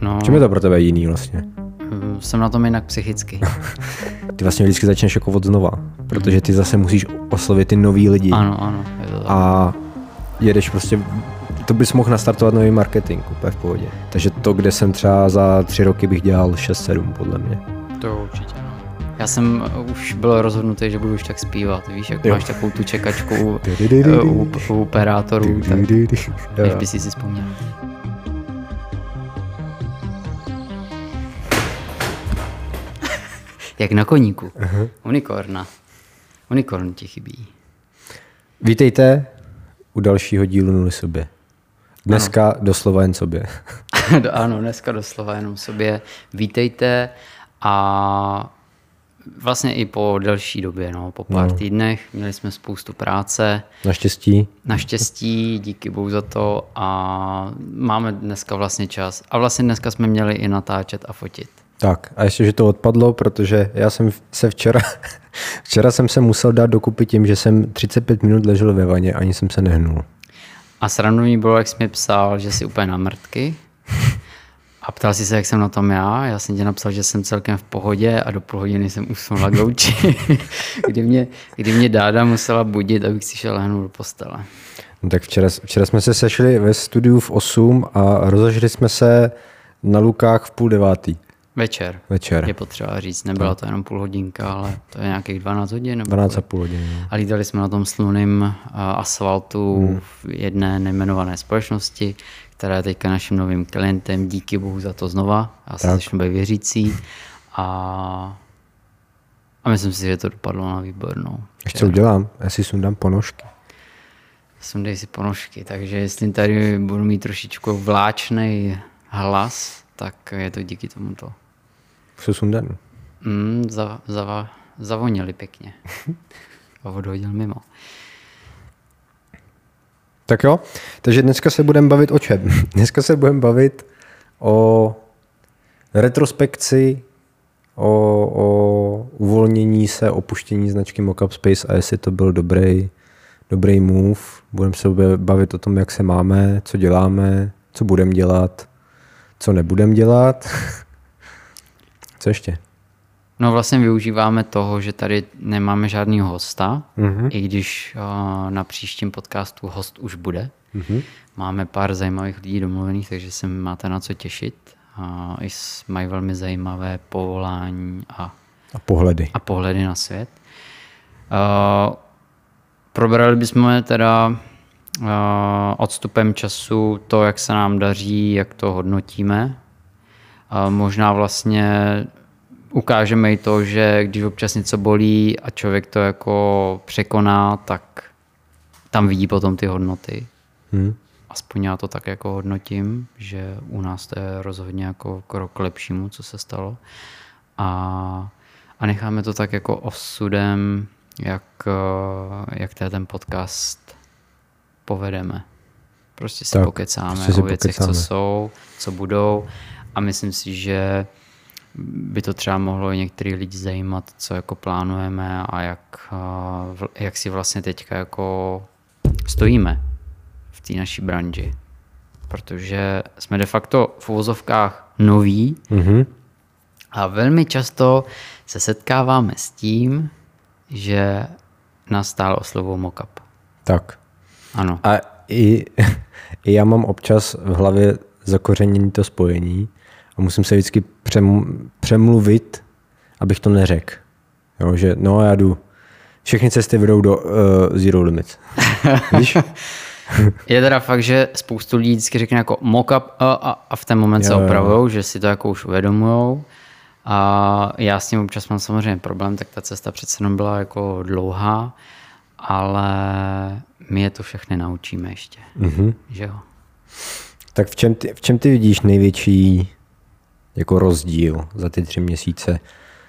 No, Čím je to pro tebe jiný vlastně? jsem na tom jinak psychicky. Ty vlastně vždycky začneš jako od znova, protože ty zase musíš oslovit ty nový lidi. Ano, je to tak. A jedeš prostě, to bys mohl nastartovat nový marketing úplně v pohodě. Takže to, kde jsem třeba za 3 roky bych dělal 6-7 podle mě. To určitě. Já jsem už byl rozhodnutý, že budu už tak zpívat, víš, jak máš takovou tu čekačku u operátorů, tak než by si vzpomněl. Jak na koníku. Unikorn ti chybí. Vítejte u dalšího dílu Nuly sobě. Dneska doslova jen sobě. Ano, dneska doslova jenom sobě. Vítejte a vlastně i po delší době, po pár týdnech. Měli jsme spoustu práce. Naštěstí, díky bohu za to a máme dneska vlastně čas. A vlastně dneska jsme měli i natáčet a fotit. Tak a ještě, že to odpadlo, protože já jsem se včera jsem se musel dát dokupy tím, že jsem 35 minut ležel ve vaně, ani jsem se nehnul. A srandovní bylo, jak jsi mi psal, že jsi úplně na mrtky. A ptal jsi se, jak jsem na tom já. Já jsem ti napsal, že jsem celkem v pohodě a do půl hodiny jsem usnul na gauči, kdy mě Dáda musela budit, abych si šel lehnout do postele. No tak včera jsme se sešli ve studiu v 8 a rozešli jsme se na Lukách v 8:30. Večer. Je potřeba říct, nebyla to jenom půl hodinka, ale to je nějakých 12 hodin. 12,5 hodin. A lítali jsme na tom slunným asfaltu v jedné nejmenované společnosti, která je teďka naším novým klientem. Díky bohu za to znova. Já se začnu být věřící. A myslím si, že to dopadlo na výbornou. Ještě co udělám? Já si sundám ponožky. Sundej si ponožky, takže jestli tady budu mít trošičku vláčnej hlas, tak je to díky tomuto. Už jsou sundaný. Zavoněli pěkně. A odhodil mimo. Tak jo, takže dneska se budeme bavit o čem? Dneska se budeme bavit o retrospekci, o uvolnění se, opuštění značky Mockup Space a jestli to byl dobrý move. Budeme se bavit o tom, jak se máme, co děláme, co budeme dělat, co nebudeme dělat. Co ještě? No vlastně využíváme toho, že tady nemáme žádného hosta, i když na příštím podcastu host už bude. Máme pár zajímavých lidí domluvených, takže se máte na co těšit. Mají velmi zajímavé povolání a pohledy na svět. Probrali bychom teda odstupem času to, jak se nám daří, jak to hodnotíme. Možná vlastně ukážeme i to, že když občas něco bolí a člověk to jako překoná, tak tam vidí potom ty hodnoty. Aspoň já to tak jako hodnotím, že u nás to je rozhodně jako krok k lepšímu, co se stalo. A necháme to tak jako osudem, jak ten podcast povedeme. Prostě si pokecáme o věcech, co jsou, co budou. A myslím si, že by to třeba mohlo i některý lidi zajímat, co jako plánujeme a jak si vlastně teďka jako stojíme v té naší branži. Protože jsme de facto v uvozovkách noví a velmi často se setkáváme s tím, že nás stále oslovují Mockup. Tak. Ano. A i já mám občas v hlavě zakořenění to spojení a musím se vždycky přemluvit, abych to neřekl. Jo, že já jdu. Všechny cesty vedou do Zero Limits. Víš? Je teda fakt, že spoustu lidí vždycky řekne jako Mockup a v ten moment se opravujou, že si to jako už uvědomujou. A já s tím občas mám samozřejmě problém, tak ta cesta přece jenom byla jako dlouhá, ale my je to všechny naučíme ještě. Že jo? Tak v čem ty vidíš největší jako rozdíl za ty 3 měsíce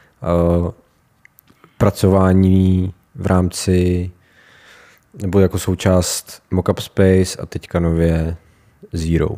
pracování v rámci nebo jako součást Mockup Space a teďka nově Zero?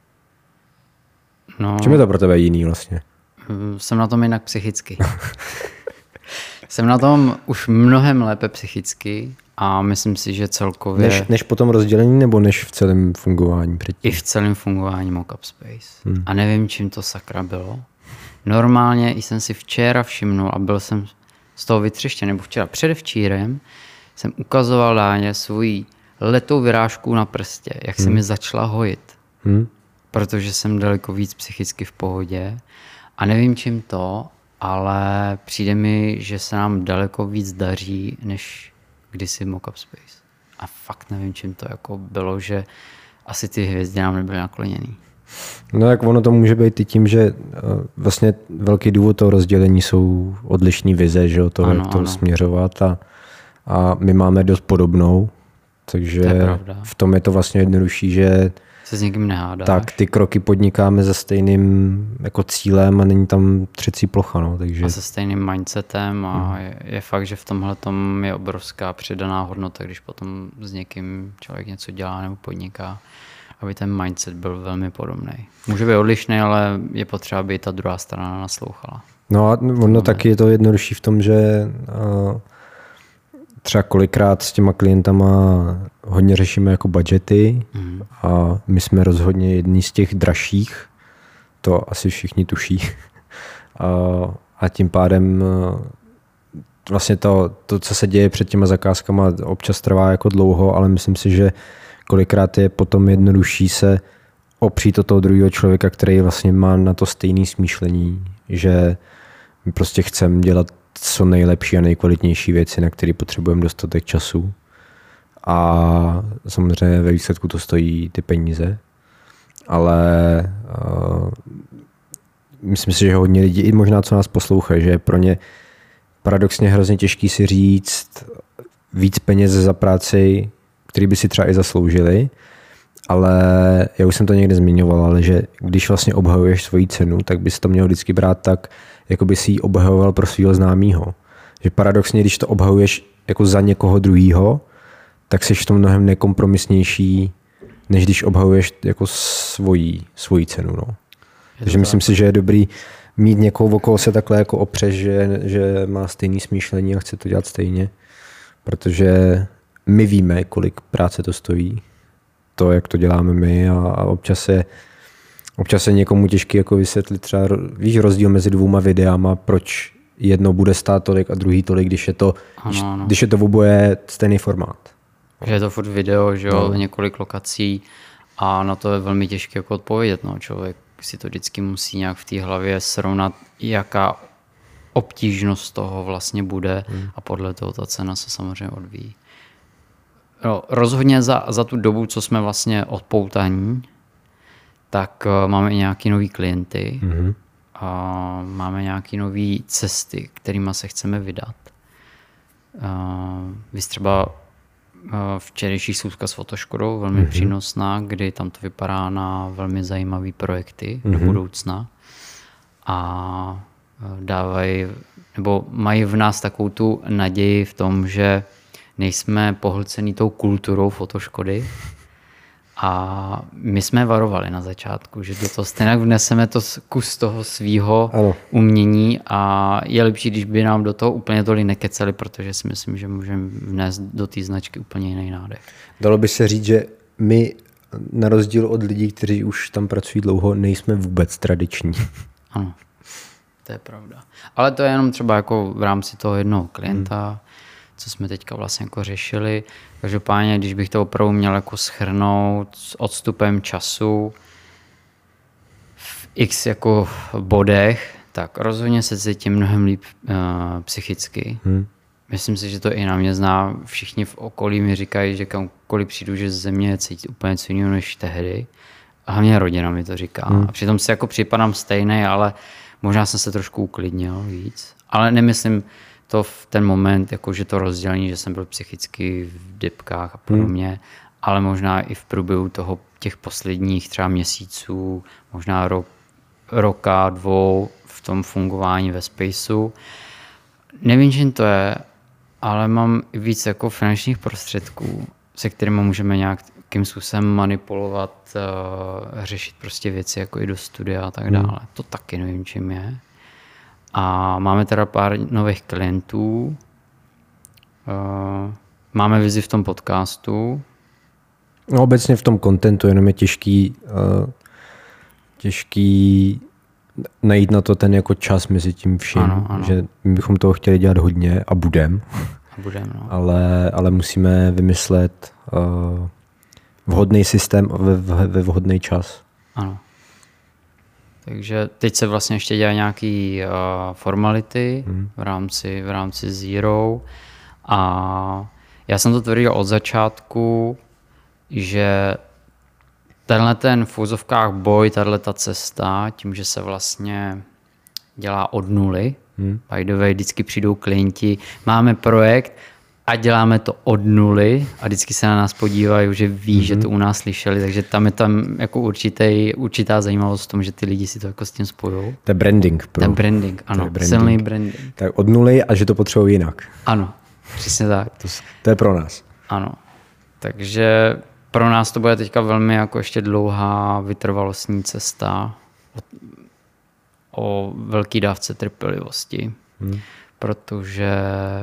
No, v čem je to pro tebe jiný vlastně? Jsem na tom jinak psychicky. Jsem na tom už mnohem lépe psychicky a myslím si, že celkově... Než po tom rozdělení nebo než v celém fungování předtím? I v celém fungování Mockup Space. A nevím, čím to sakra bylo. Normálně jsem si včera všimnul a byl jsem z toho vytřeštěn, nebo včera předevčírem jsem ukazoval Dáně svoji letou vyrážku na prstě, jak se mi začala hojit. Protože jsem daleko víc psychicky v pohodě a nevím, čím to, ale přijde mi, že se nám daleko víc daří, než kdysi Mockup Space. A fakt nevím, čím to jako bylo, že asi ty hvězdy nám nebyly nakloněný. No jak ono to může být i tím, že vlastně velký důvod toho rozdělení jsou odlišní vize, že toho, ano, jak to směřovat a my máme dost podobnou, takže v tom je to vlastně jednodušší, že se s někým nehádáš. Tak ty kroky podnikáme se stejným jako cílem a není tam třecí plocha. No, takže... A se stejným mindsetem a je fakt, že v tomhle tom je obrovská přidaná hodnota, když potom s někým člověk něco dělá nebo podniká, aby ten mindset byl velmi podobný. Může být odlišný, ale je potřeba, aby ta druhá strana naslouchala. No a ono taky je to jednodušší v tom, že třeba kolikrát s těma klientama hodně řešíme jako budgety a my jsme rozhodně jedni z těch dražších, to asi všichni tuší. A tím pádem vlastně to, co se děje před těma zakázkama, občas trvá jako dlouho, ale myslím si, že kolikrát je potom jednodušší se opřít od toho druhého člověka, který vlastně má na to stejné smýšlení, že my prostě chceme dělat co nejlepší a nejkvalitnější věci, na které potřebujeme dostatek času. A samozřejmě ve výsledku to stojí ty peníze. Ale myslím si, že hodně lidí, i možná co nás poslouchají, že je pro ně paradoxně hrozně těžký si říct víc peněz za práci, který by si třeba i zasloužili. Ale já už jsem to někde zmiňoval, ale že když vlastně obhajuješ svoji cenu, tak bys to měl vždycky brát tak, jako by si ji obhajoval pro svého známýho. Že paradoxně, když to obhajuješ jako za někoho druhýho, tak jsi v tom mnohem nekompromisnější, než když obhajuješ jako svoji cenu. No. Takže myslím si, že je dobrý mít někoho okolo se takhle jako opřeš, že má stejné smýšlení a chce to dělat stejně. Protože my víme, kolik práce to stojí. To, jak to děláme my a občas je někomu těžký jako vysvětlit třeba, víš, rozdíl mezi dvouma videama, proč jedno bude stát tolik a druhý tolik, když je to v oboje stejný formát. Že je to furt video, že jo, několik lokací a na to je velmi těžké jako odpovědět. No. Člověk si to vždycky musí nějak v té hlavě srovnat, jaká obtížnost toho vlastně bude a podle toho ta cena se samozřejmě odvíjí. No, rozhodně za tu dobu, co jsme vlastně odpoutaní, tak máme i nějaký nový klienty a máme nějaký nový cesty, kterými se chceme vydat. Vy třeba včerejší schůzka s Fotoškodou, velmi přínosná, kdy tam to vypadá na velmi zajímavý projekty do budoucna a dávají, nebo mají v nás takovou tu naději v tom, že nejsme pohlcený tou kulturou Fotoškody a my jsme varovali na začátku, že do toho stejně vneseme to kus toho svýho umění a je lepší, když by nám do toho úplně tolik nekeceli, protože si myslím, že můžeme vnést do té značky úplně jiný nádech. Dalo by se říct, že my na rozdíl od lidí, kteří už tam pracují dlouho, nejsme vůbec tradiční. Ano, to je pravda. Ale to je jenom třeba jako v rámci toho jednoho klienta, co jsme teďka vlastně jako řešili. Každopádně, když bych to opravdu měl jako shrnout s odstupem času v x jako bodech, tak rozhodně se cítím mnohem líp psychicky. Myslím si, že to i na mě zná. Všichni v okolí mi říkají, že kamkoliv přijdu, že ze mě cítí úplně něco jiného než tehdy. A hlavně rodina mi to říká. A přitom si jako připadám stejný, ale možná jsem se trošku uklidnil víc. Ale nemyslím to v ten moment, jako že to rozdělení, že jsem byl psychicky v dybkách a podobně, ale možná i v průběhu těch posledních třeba měsíců, možná roka, dvou v tom fungování ve Spaceu. Nevím, čím to je, ale mám i víc jako finančních prostředků, se kterými můžeme nějakým způsobem manipulovat, řešit prostě věci jako i do studia a tak dále. To taky nevím, čím je. A máme teda pár nových klientů, máme vizi v tom podcastu. No obecně v tom contentu, jenom je těžký najít na to ten jako čas mezi tím vším, Ano. že my bychom toho chtěli dělat hodně a budem. No. Ale musíme vymyslet vhodný systém ve vhodný čas. Ano. Takže teď se vlastně ještě dělají nějaké formality v rámci Zero a já jsem to tvrdil od začátku, že tenhle ten v úzovkách boj, tato cesta, tím, že se vlastně dělá od nuly, by the way, vždycky přijdou klienti, máme projekt a děláme to od nuly a vždycky se na nás podívají, že ví, že to u nás slyšeli, takže tam je jako určitá zajímavost v tom, že ty lidi si to jako s tím spojou. To je branding. Ten branding, ano, silný branding. Tak od nuly a že to potřebují jinak. Ano, přesně tak. To je pro nás. Ano, takže pro nás to bude teďka velmi jako ještě dlouhá vytrvalostní cesta o velký dávce trpělivosti, protože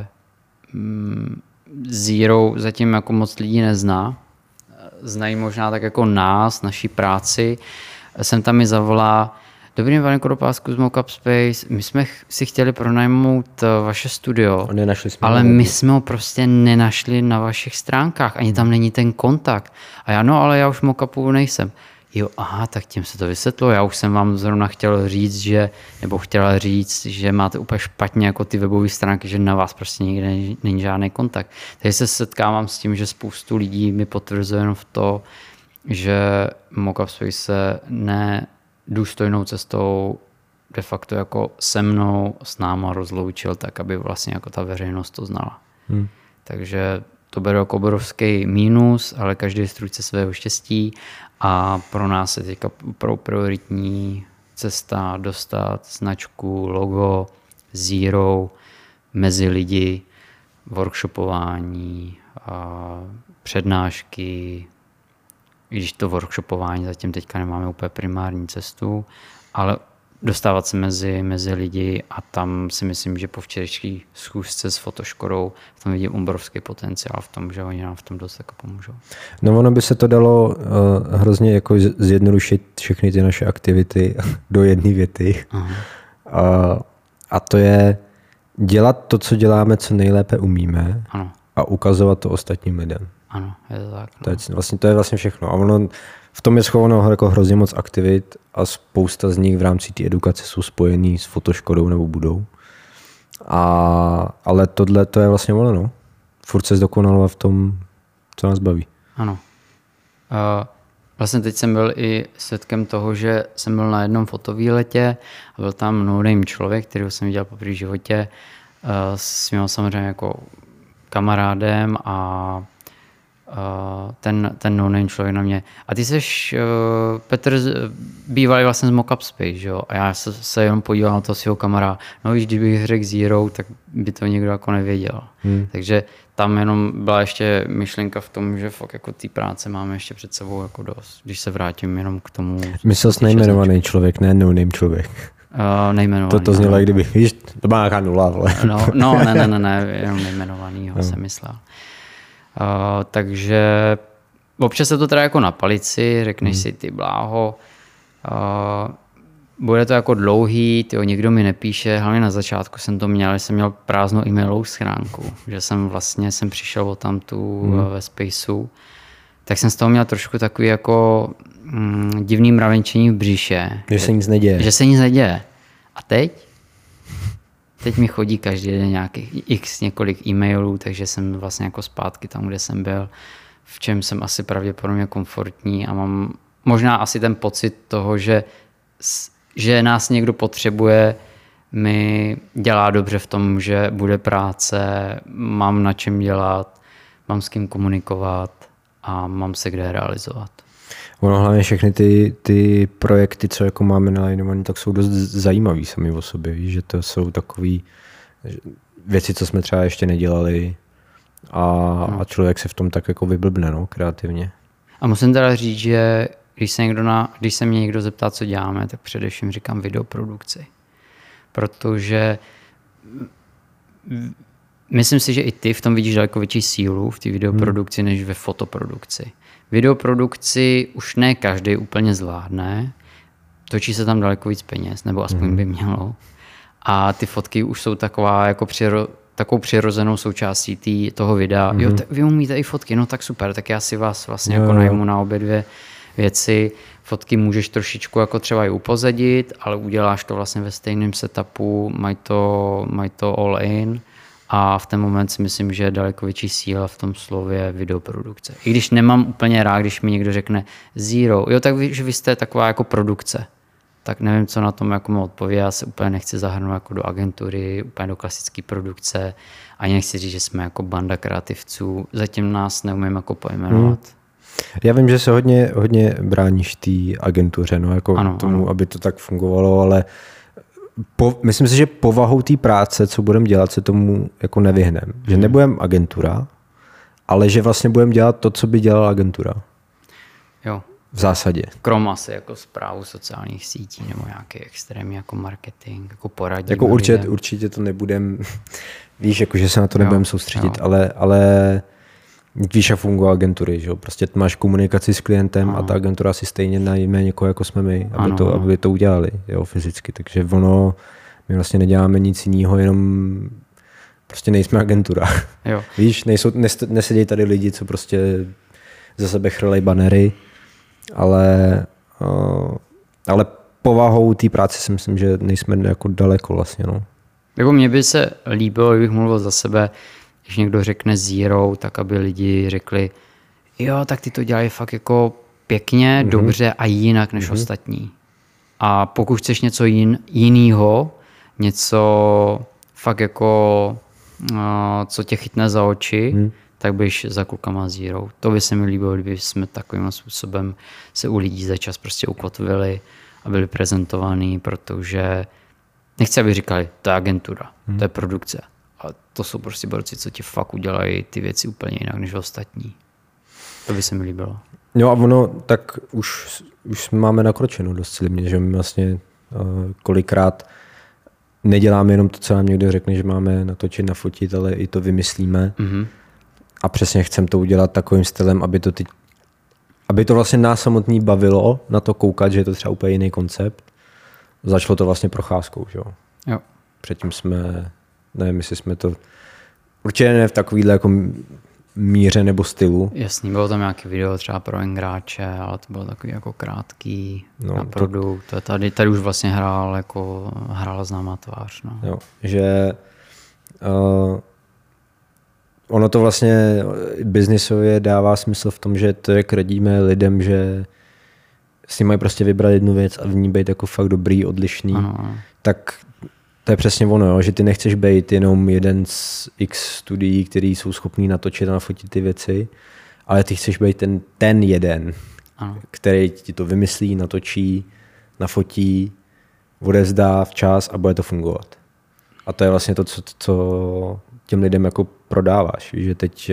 Zero zatím jako moc lidí nezná. Znají možná tak jako nás, naší práci. Jsem tam mi zavolá: Dobrý den, pane Kodopásku z Mockup Space, my jsme si chtěli pronajmout vaše studio, ale my jsme ho prostě nenašli na vašich stránkách, ani tam není ten kontakt. A já, no ale já už v Mockupu nejsem. Jo, aha, tak tím se to vysvětlo. Já už jsem vám zrovna chtěla říct, že máte úplně špatně jako ty webové stránky, že na vás prostě nikde není žádný kontakt. Takže se setkávám s tím, že spoustu lidí mi potvrzuje jenom v to, že Mockup Space se důstojnou cestou de facto jako se mnou, s náma rozloučil tak, aby vlastně jako ta veřejnost to znala. Takže to beru jako obrovský mínus, ale každý je strůjce svého štěstí a pro nás je teďka prioritní cesta dostat značku, logo, Zero mezi lidi, workshopování, přednášky, i když to workshopování zatím teďka nemáme úplně primární cestu, ale dostávat se mezi lidi a tam si myslím, že po včerejší schůzce s Fotoškodou v tom vidím obrovský potenciál v tom, že oni nám v tom dost jako pomůžou. No ono by se to dalo hrozně jako zjednodušit všechny ty naše aktivity do jedné věty. A to je dělat to, co děláme, co nejlépe umíme. Ano. A ukazovat to ostatním lidem. Ano, je to tak. No. To je vlastně všechno. A ono v tom je schované jako hrozně moc aktivit a spousta z nich v rámci té edukace jsou spojený s Fotoškodou nebo budou. Ale tohle to je vlastně ono. Furt se zdokonalovat v tom, co nás baví. Ano. Vlastně teď jsem byl i svědkem toho, že jsem byl na jednom fotovýletě a byl tam no-name člověk, kterého jsem viděl poprvé v životě s mým samozřejmě jako kamarádem a ten no-name člověk na mě. A ty seš Petr bývalý vlastně z Mockup Space, že jo? A já se jenom podíval na toho svého kamaráda. No víš, kdybych řekl Zero, tak by to nikdo jako nevěděl. Takže tam jenom byla ještě myšlenka v tom, že fakt jako ty práce máme ještě před sebou jako dost. Když se vrátím jenom k tomu. Myslel jsi nejmenovaný člověk, ne no-name člověk. Nejmenovaný. To znělo, kdyby, víš, to má nějaká nula, vole. Ne, jenom nejmenovanýho jsem myslel. Takže občas se to teda jako na palici, řekneš si, ty bláho, bude to jako dlouhý, někdo mi nepíše, hlavně na začátku jsem měl prázdnou e-mailovou schránku, že jsem přišel tam tu ve Spaceu, tak jsem z toho měl trošku takový jako divný mravenčení v břiše. Že se nic neděje. Že se nic neděje. A teď mi chodí každý den nějakých několik e-mailů, takže jsem vlastně jako zpátky tam, kde jsem byl, v čem jsem asi pravděpodobně komfortní a mám možná asi ten pocit toho, že nás někdo potřebuje, mi dělá dobře v tom, že bude práce, mám na čem dělat, mám s kým komunikovat a mám se kde realizovat. Ono hlavně všechny ty projekty, co jako máme nalajnované, tak jsou dost zajímavý sami o sobě. Víš, že to jsou takové věci, co jsme třeba ještě nedělali a člověk se v tom tak jako vyblbne, no, kreativně. A musím teda říct, že když se mě někdo zeptá, co děláme, tak především říkám videoprodukci. Protože myslím si, že i ty v tom vidíš daleko větší sílu v té videoprodukci, než ve fotoprodukci. Videoprodukci už ne každý úplně zvládne, točí se tam daleko víc peněz, nebo aspoň by mělo. A ty fotky už jsou taková jako takovou přirozenou součástí toho videa. Jo, vy umíte i fotky, no tak super, tak já si vás vlastně jako najmu na obě dvě věci. Fotky můžeš trošičku jako třeba i upozadit, ale uděláš to vlastně ve stejném setupu, mají to all in a v ten moment si myslím, že je daleko větší síla v tom slově videoprodukce. I když nemám úplně rád, když mi někdo řekne zero, jo, tak vy jste taková jako produkce. Tak nevím, co na tom jako mu odpoví. Já se úplně nechci zahrnout jako do agentury, úplně do klasické produkce. Ani nechci říct, že jsme jako banda kreativců. Zatím nás neumím jako pojmenovat. Já vím, že se hodně bráníš té agentuře, no, jako tomu, aby to tak fungovalo, ale myslím si, že povahou té práce, co budeme dělat, se tomu jako nevyhneme. Že nebudeme agentura, ale že vlastně budeme dělat to, co by dělala agentura. Jo. V zásadě. Krom asi jako správu sociálních sítí nebo nějaký extrémní jako marketing, jako poradí. Jako určitě to nebudem, víš, jako, že se na to nebudeme soustředit, ale víš, jak fungují agentury, že jo? Prostě máš komunikaci s klientem a ta agentura si stejně najme někoho, jako jsme my, aby to udělali, jo, fyzicky. Takže my vlastně neděláme nic jiného, jenom prostě nejsme agentura. Jo. Víš, nesedějí tady lidi, co prostě za sebe chrlej banery, ale povahou té práce si myslím, že nejsme jako daleko vlastně. No. Jako mně by se líbilo, kdybych mluvil za sebe, když někdo řekne zero, tak aby lidi řekli, jo, tak ty to dělají fakt jako pěkně, dobře a jinak než ostatní. A pokud chceš něco jinýho, něco fakt jako, co tě chytne za oči, tak běž za klukama zero. To by se mi líbilo, kdyby jsme takovým způsobem se u lidí za čas prostě ukotvili a byli prezentovaní, protože nechci, aby říkali, to je agentura, to je produkce. A to jsou prostě borci, co ti fakt udělají ty věci úplně jinak než ostatní. To by se mi líbilo. No a ono, tak už máme nakročeno dost silně, že my vlastně kolikrát neděláme jenom to, co nám někdo řekne, že máme natočit, nafotit, ale i to vymyslíme. A přesně chcem to udělat takovým stylem, aby to vlastně nás samotný bavilo na to koukat, že je to třeba úplně jiný koncept. Začalo to vlastně procházkou, že jo. Předtím nevím, jestli jsme to určitě ne v takovýhle jako míře nebo stylu. Jasný, bylo tam nějaké video třeba pro hráče, ale to bylo takový jako krátký na produkt. Tady už vlastně hrála známá tvář. No. Jo, že ono to vlastně biznisově dává smysl v tom, že to, jak radíme lidem, že si mají prostě vybrat jednu věc a v ní být jako fakt dobrý, odlišný, tak to je přesně ono, jo, že ty nechceš být jenom jeden z x studií, který jsou schopní natočit a nafotit ty věci, ale ty chceš být ten jeden, který ti to vymyslí, natočí, nafotí, odevzdá včas a bude to fungovat. A to je vlastně to, co těm lidem jako prodáváš. Že teď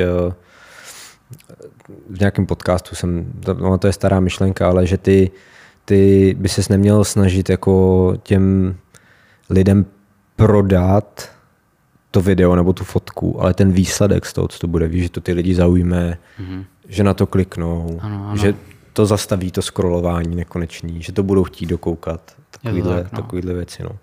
v nějakém podcastu to je stará myšlenka, ale že ty by ses neměl snažit jako těm lidem prodat to video nebo tu fotku, ale ten výsledek z toho, co to bude. Víš, že to ty lidi zaujme, že na to kliknou, že to zastaví to scrollování nekonečný, že to budou chtít dokoukat. Takovýhle věci. No.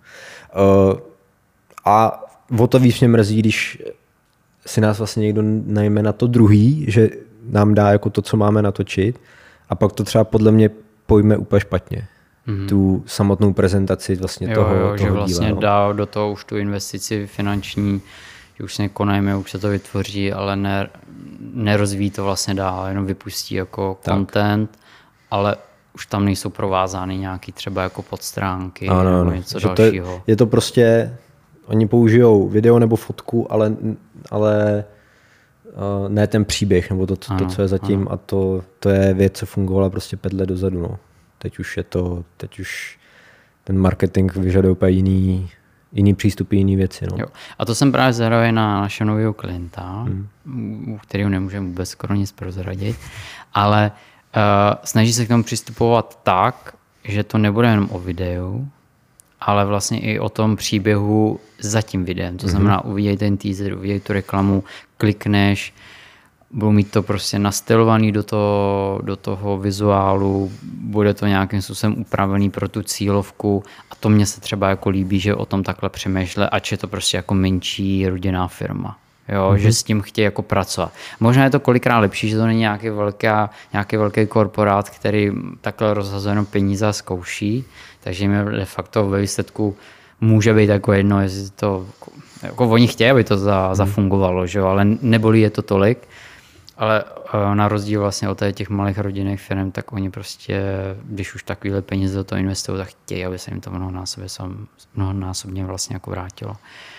A o to víc mě mrzí, když si nás vlastně někdo najme na to druhý, že nám dá jako to, co máme natočit a pak to třeba podle mě pojme úplně špatně. Tu samotnou prezentaci vlastně toho že vlastně díla, dá do toho už tu investici finanční, že už se nekonajme, už se to vytvoří, ale nerozvíjí to vlastně dál, jenom vypustí jako content, ale už tam nejsou provázány nějaký třeba jako podstránky nebo něco dalšího. Je to prostě, oni použijou video nebo fotku, ale ne ten příběh nebo to co je zatím a to je věc, co fungovala prostě 5 let dozadu. No. Teď už ten marketing vyžaduje úplně jiný přístupy, jiný věci. No. Jo. A to jsem právě zahravil na našeho nového klienta, u kterého nemůžeme vůbec skoro nic prozradit, ale snaží se k tomu přistupovat tak, že to nebude jenom o videu, ale vlastně i o tom příběhu za tím videem. To znamená, uviděj ten teaser, uviděj tu reklamu, klikneš, budou mít to prostě nastylovaný do toho vizuálu, bude to nějakým způsobem upravený pro tu cílovku a to mně se třeba jako líbí, že o tom takhle přemýšle, ač je to prostě jako menší rodinná firma. Jo, že s tím chtějí jako pracovat. Možná je to kolikrát lepší, že to není nějaký velký korporát, který takhle rozhazuje jenom peníze a zkouší, takže jim de facto ve výsledku může být jako jedno, jestli to, jako oni chtějí, aby to zafungovalo, že jo, ale nebolí je to tolik, ale na rozdíl vlastně od těch malých rodinných firm, tak oni prostě, když už takovýhle peníze do toho investují, tak chtějí, aby se jim to mnohonásobně vlastně jako vrátilo.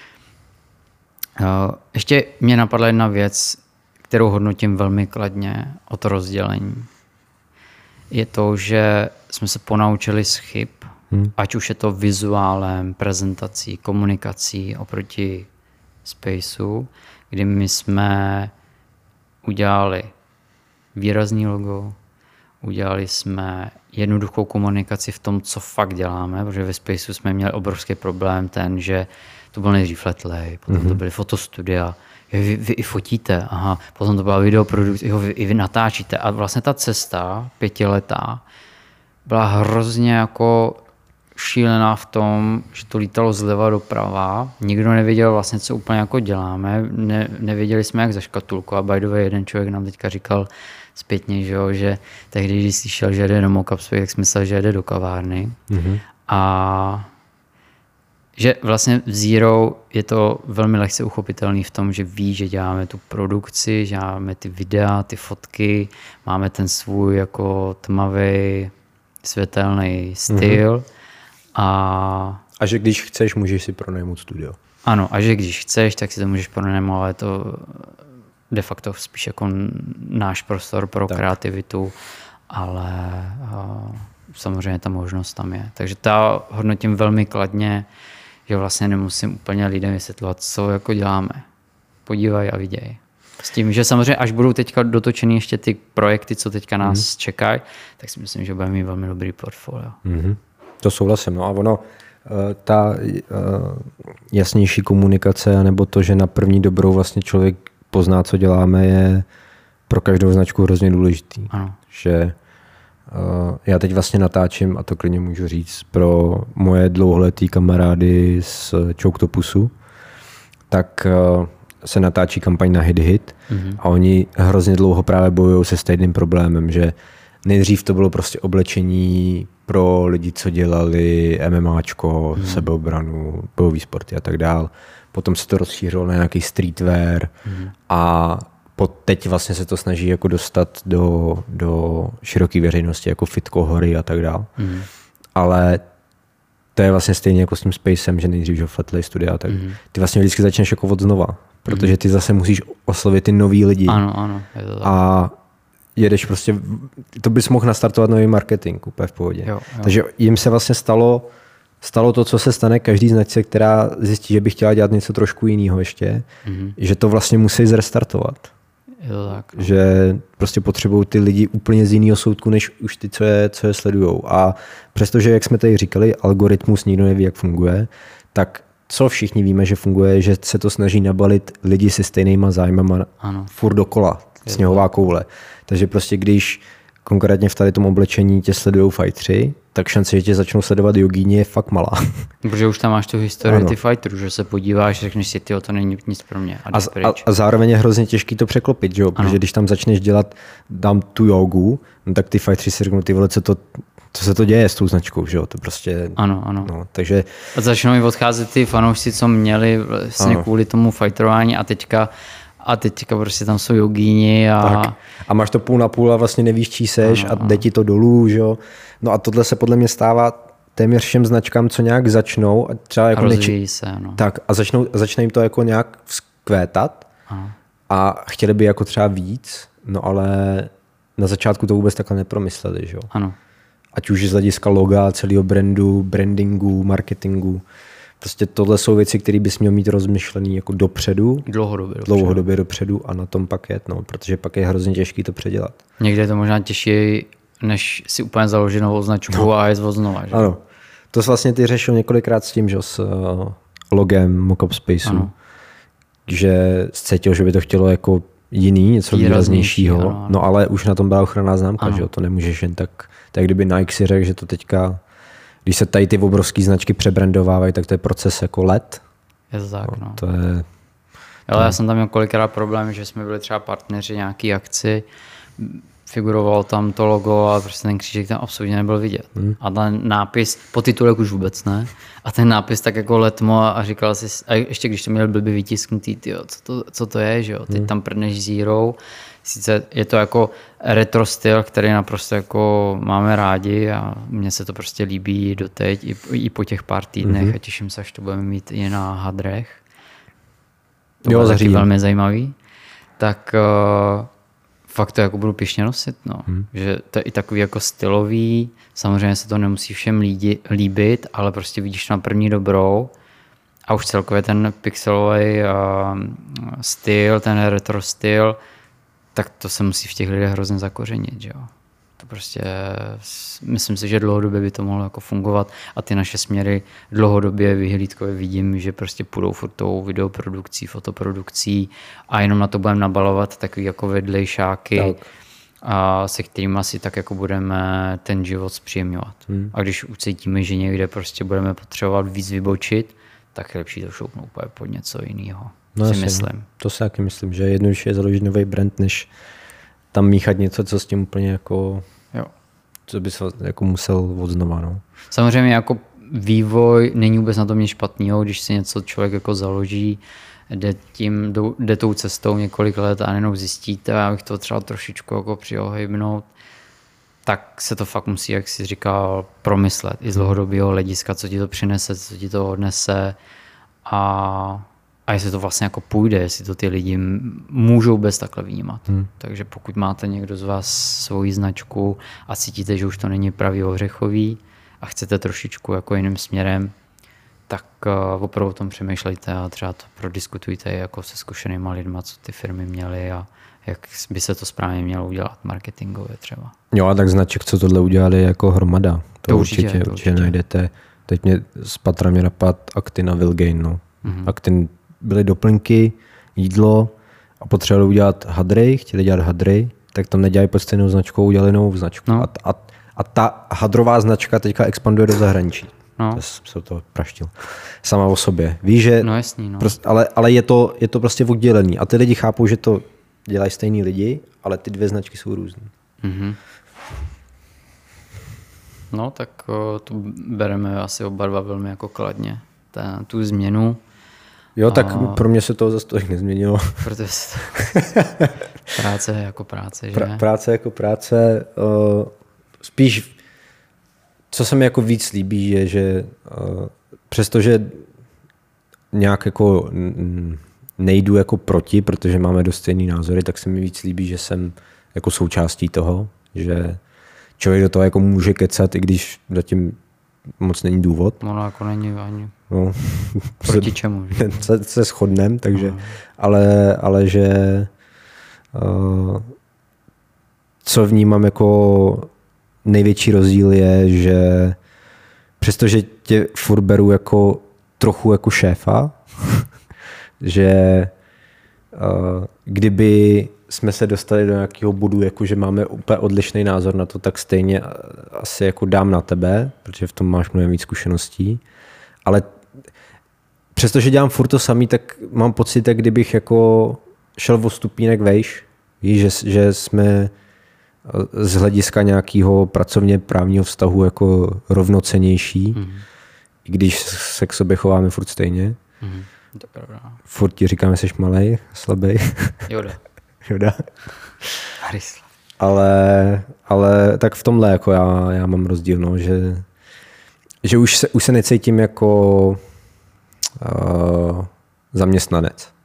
Ještě mě napadla jedna věc, kterou hodnotím velmi kladně o to rozdělení. Je to, že jsme se ponaučili z chyb, ať už je to vizuálem, prezentací, komunikací oproti Spaceu, kdy my jsme udělali výrazný logo, udělali jsme jednoduchou komunikaci v tom, co fakt děláme, protože ve Spaceu jsme měli obrovský problém ten, že to byl nejdřív Flatlay, potom to byly fotostudia, vy i fotíte, aha, potom to byla videoprodukce, i vy natáčíte a vlastně ta cesta 5letá byla hrozně jako šílená v tom, že to lítalo zleva doprava, nikdo nevěděl vlastně, co úplně jako děláme, nevěděli jsme, jak zaškatulku a by the way, jeden člověk nám teďka říkal zpětně, že tehdy, když slyšel, že jede do Mockup, jak myslel, že jede do kavárny a že vlastně v Zero je to velmi lehce uchopitelný v tom, že ví, že děláme tu produkci, že máme ty videa, ty fotky, máme ten svůj jako tmavý, světelný styl. A že když chceš, můžeš si pronajmout studio. Ano, a že když chceš, tak si to můžeš pronajmout, ale je to de facto spíš jako náš prostor pro kreativitu, ale samozřejmě ta možnost tam je. Takže ta hodnotím velmi kladně, že vlastně nemusím úplně lidem vysvětlovat, co jako děláme. Podívaj a viděj. S tím, že samozřejmě až budou teďka dotočený ještě ty projekty, co teďka nás čekají, tak si myslím, že budeme mít velmi dobrý portfolio. To souhlasím. No a ono, ta jasnější komunikace, nebo to, že na první dobrou vlastně člověk pozná, co děláme, je pro každou značku hrozně důležitý. Ano. Že já teď vlastně natáčím, a to klidně můžu říct, pro moje dlouholetý kamarády z Choketopusu, tak se natáčí kampaň na Hit a oni hrozně dlouho právě bojují se stejným problémem, že nejdřív to bylo prostě oblečení pro lidi, co dělali MMAčko, sebeobranu, bojový sporty a tak dál. Potom se to rozšířilo na nějaký streetwear a teď vlastně se to snaží jako dostat do široké veřejnosti, jako fitko, hory a tak dál. Ale to je vlastně stejně jako s tím Spacem, že nejdřív že Flatlay studia, tak ty vlastně vždycky začneš jako od znova, protože ty zase musíš oslovit ty nový lidi. Ano, je to tak. A jedeš prostě, to bys mohl nastartovat nový marketing úplně v pohodě. Jo. Takže jim se vlastně stalo to, co se stane každý značce, která zjistí, že by chtěla dělat něco trošku jiného ještě, že to vlastně musí zrestartovat. Je to tak. No. Že prostě potřebují ty lidi úplně z jiného soudku, než už ty, co je sledujou. A přestože, jak jsme tady říkali, algoritmus nikdo neví, jak funguje, tak co všichni víme, že funguje, že se to snaží nabalit lidi se stejnýma zájmama furt dokola, sněhová koule. Takže prostě když konkrétně v tady tom oblečení tě sledujou fightři, tak šance, že tě začnou sledovat jogíni, je fakt malá. Protože už tam máš tu historii ty fighterů, že se podíváš, řekneš si, to není nic pro mě. A zároveň je hrozně těžký to překlopit, že? Protože když tam začneš dám tu jogu, no tak ty fightři si řeknou, ty vole, co se to děje s tou značkou, že jo? To prostě... Ano. No, takže... A začnou mi odcházet ty fanoušci, co měli vlastně kvůli tomu fighterování a teďka prostě tam jsou jogíni a... A máš to půl na půl a vlastně nevíš, čí seš a jde ti to dolů, že jo. No a tohle se podle mě stává téměř všem značkám, co nějak začnou a třeba jako tak a začne jim to jako nějak vzkvétat a chtěli by jako třeba víc, no ale na začátku to vůbec takhle nepromysleli, že jo. Ano. Ať už z hlediska loga, celého brandu, brandingu, marketingu. Prostě tohle jsou věci, které bys měl mít rozmyšlený jako dopředu. Dlouhodobě dopředu a na tom pak jet, protože pak je hrozně těžký to předělat. Někde je to možná těžší, než si úplně založit novou značku a jet znova. Že? Ano. To jsi vlastně ty řešil několikrát s tím, že s logem Mockup Spaceu, že cítil, že by to chtělo jako jiný, něco výraznějšího, ano. No ale už na tom byla ochranná známka, že jo, to nemůžeš jen tak kdyby Nike si řekl, že to teďka, když se tady ty obrovské značky přebrandovávají, tak to je proces jako let. Je to tak, no. To je... Ale já jsem tam měl kolikrát problém, že jsme byli třeba partneři nějaký akci, figuroval tam to logo a prostě ten křížek tam absolutně nebyl vidět. A ten nápis, podtitulek už vůbec ne, a ten nápis tak jako letmo a říkal si, a ještě když to měl blbě vytisknutý, tyjo, co to je, že jo, teď tam prdneš Zero, sice je to jako retro styl, který naprosto jako máme rádi a mně se to prostě líbí doteď i po těch pár týdnech a těším se, až to budeme mít i na hadrech. To bylo taky velmi zajímavý. Tak fakt to jako budu pěšně nosit, no. Že to je i takový jako stylový, samozřejmě se to nemusí všem líbit, ale prostě vidíš na první dobrou a už celkově ten pixelový styl, ten retro styl, tak to se musí v těch lidech hrozně zakořenit, že jo. To prostě, myslím si, že dlouhodobě by to mohlo jako fungovat a ty naše směry dlouhodobě vyhlídkově vidím, že prostě půjdou furt tou videoprodukcí, fotoprodukcí a jenom na to budeme nabalovat takový jako vedlejšáky, a se kterými asi tak jako budeme ten život zpříjemňovat. A když ucítíme, že někde prostě budeme potřebovat víc vybočit, tak je lepší to šoupnout úplně pod něco jiného. No si myslím. To si taky myslím, že jednoduše je založit nový brand, než tam míchat něco, co s tím úplně jako, co by se jako musel odznova. No. Samozřejmě jako vývoj není vůbec na tom nic špatného, když si něco člověk jako založí, jde tou cestou několik let a jenom zjistíte, já bych to třeba trošičku jako přiohejbnout, tak se to fakt musí, jak jsi říkal, promyslet i z dlouhodobého hlediska, co ti to přinese, co ti to odnese a jestli to vlastně jako půjde, jestli to ty lidi můžou bez takhle vnímat. Takže pokud máte někdo z vás svoji značku a cítíte, že už to není pravý ořechový a chcete trošičku jako jiným směrem, tak opravdu o tom přemýšlejte a třeba to prodiskutujte jako se zkušenýma lidma, co ty firmy měly a jak by se to správně mělo udělat marketingově třeba. Jo, a tak značek, co tohle udělali, jako hromada. To určitě najdete. Teď mě z patra mě napad Actin a Vilgain. No. Actin byly doplňky, jídlo a potřebovali udělat hadry, chtěli dělat hadry, tak tam nedělají pod stejnou značkou, udělali novou značku. No. A ta hadrová značka teďka expanduje do zahraničí. No. Jsem to praštil. Sama o sobě. Víš, že no jasný, no. Ale je to prostě oddělený. A ty lidi chápou, že to dělají stejný lidi, ale ty dvě značky jsou různý. No tak to bereme asi oba dva velmi jako kladně. Tu změnu. Jo, tak pro mě se toho zase tolik nezměnilo. Protože práce jako práce, že? Práce jako práce. Spíš, co se mi jako víc líbí, je, že přestože nějak jako nejdu jako proti, protože máme dost stejný názory, tak se mi víc líbí, že jsem jako součástí toho, že člověk do toho jako může kecat, i když zatím moc není důvod. No jako není ani proti čemu. Se shodnem, takže, ale že co vnímám jako největší rozdíl je, že přestože tě furt beru jako trochu jako šéfa, že kdyby jsme se dostali do nějakého bodu, jako že máme úplně odlišný názor na to, tak stejně asi jako dám na tebe, protože v tom máš mnohem víc zkušeností. Ale přestože dělám furt to samý, tak mám pocit, jak kdybych jako šel o stupínek vejš. Víš, že jsme z hlediska nějakého pracovně právního vztahu jako rovnocennější, i když se k sobě chováme furt stejně. To je pravda. Furt ti říkáme, jsi malej, slabý. Joda. Ale tak v tomhle jako já mám rozdíl, no, že už se necítím jako zaměstnanec.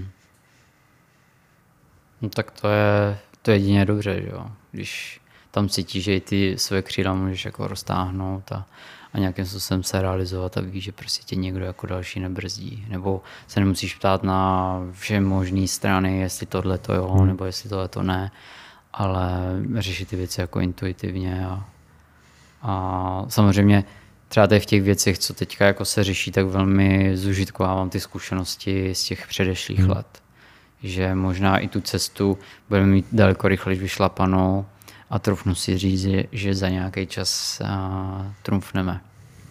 No tak to je jedině dobře, že jo. Když tam cítíš, že i ty své křídla můžeš jako roztáhnout a nějakým způsobem se realizovat a víš, že prostě tě někdo jako další nebrzdí. Nebo se nemusíš ptát na vše možné strany, jestli tohle to jo, nebo jestli tohle to ne, ale řešit ty věci jako intuitivně a samozřejmě třeba tady v těch věcech, co teďka jako se řeší, tak velmi zužitkovávám ty zkušenosti z těch předešlých let. Že možná i tu cestu budeme mít daleko rychleji vyšlapanou a trufnu si říct, že za nějaký čas trumfneme.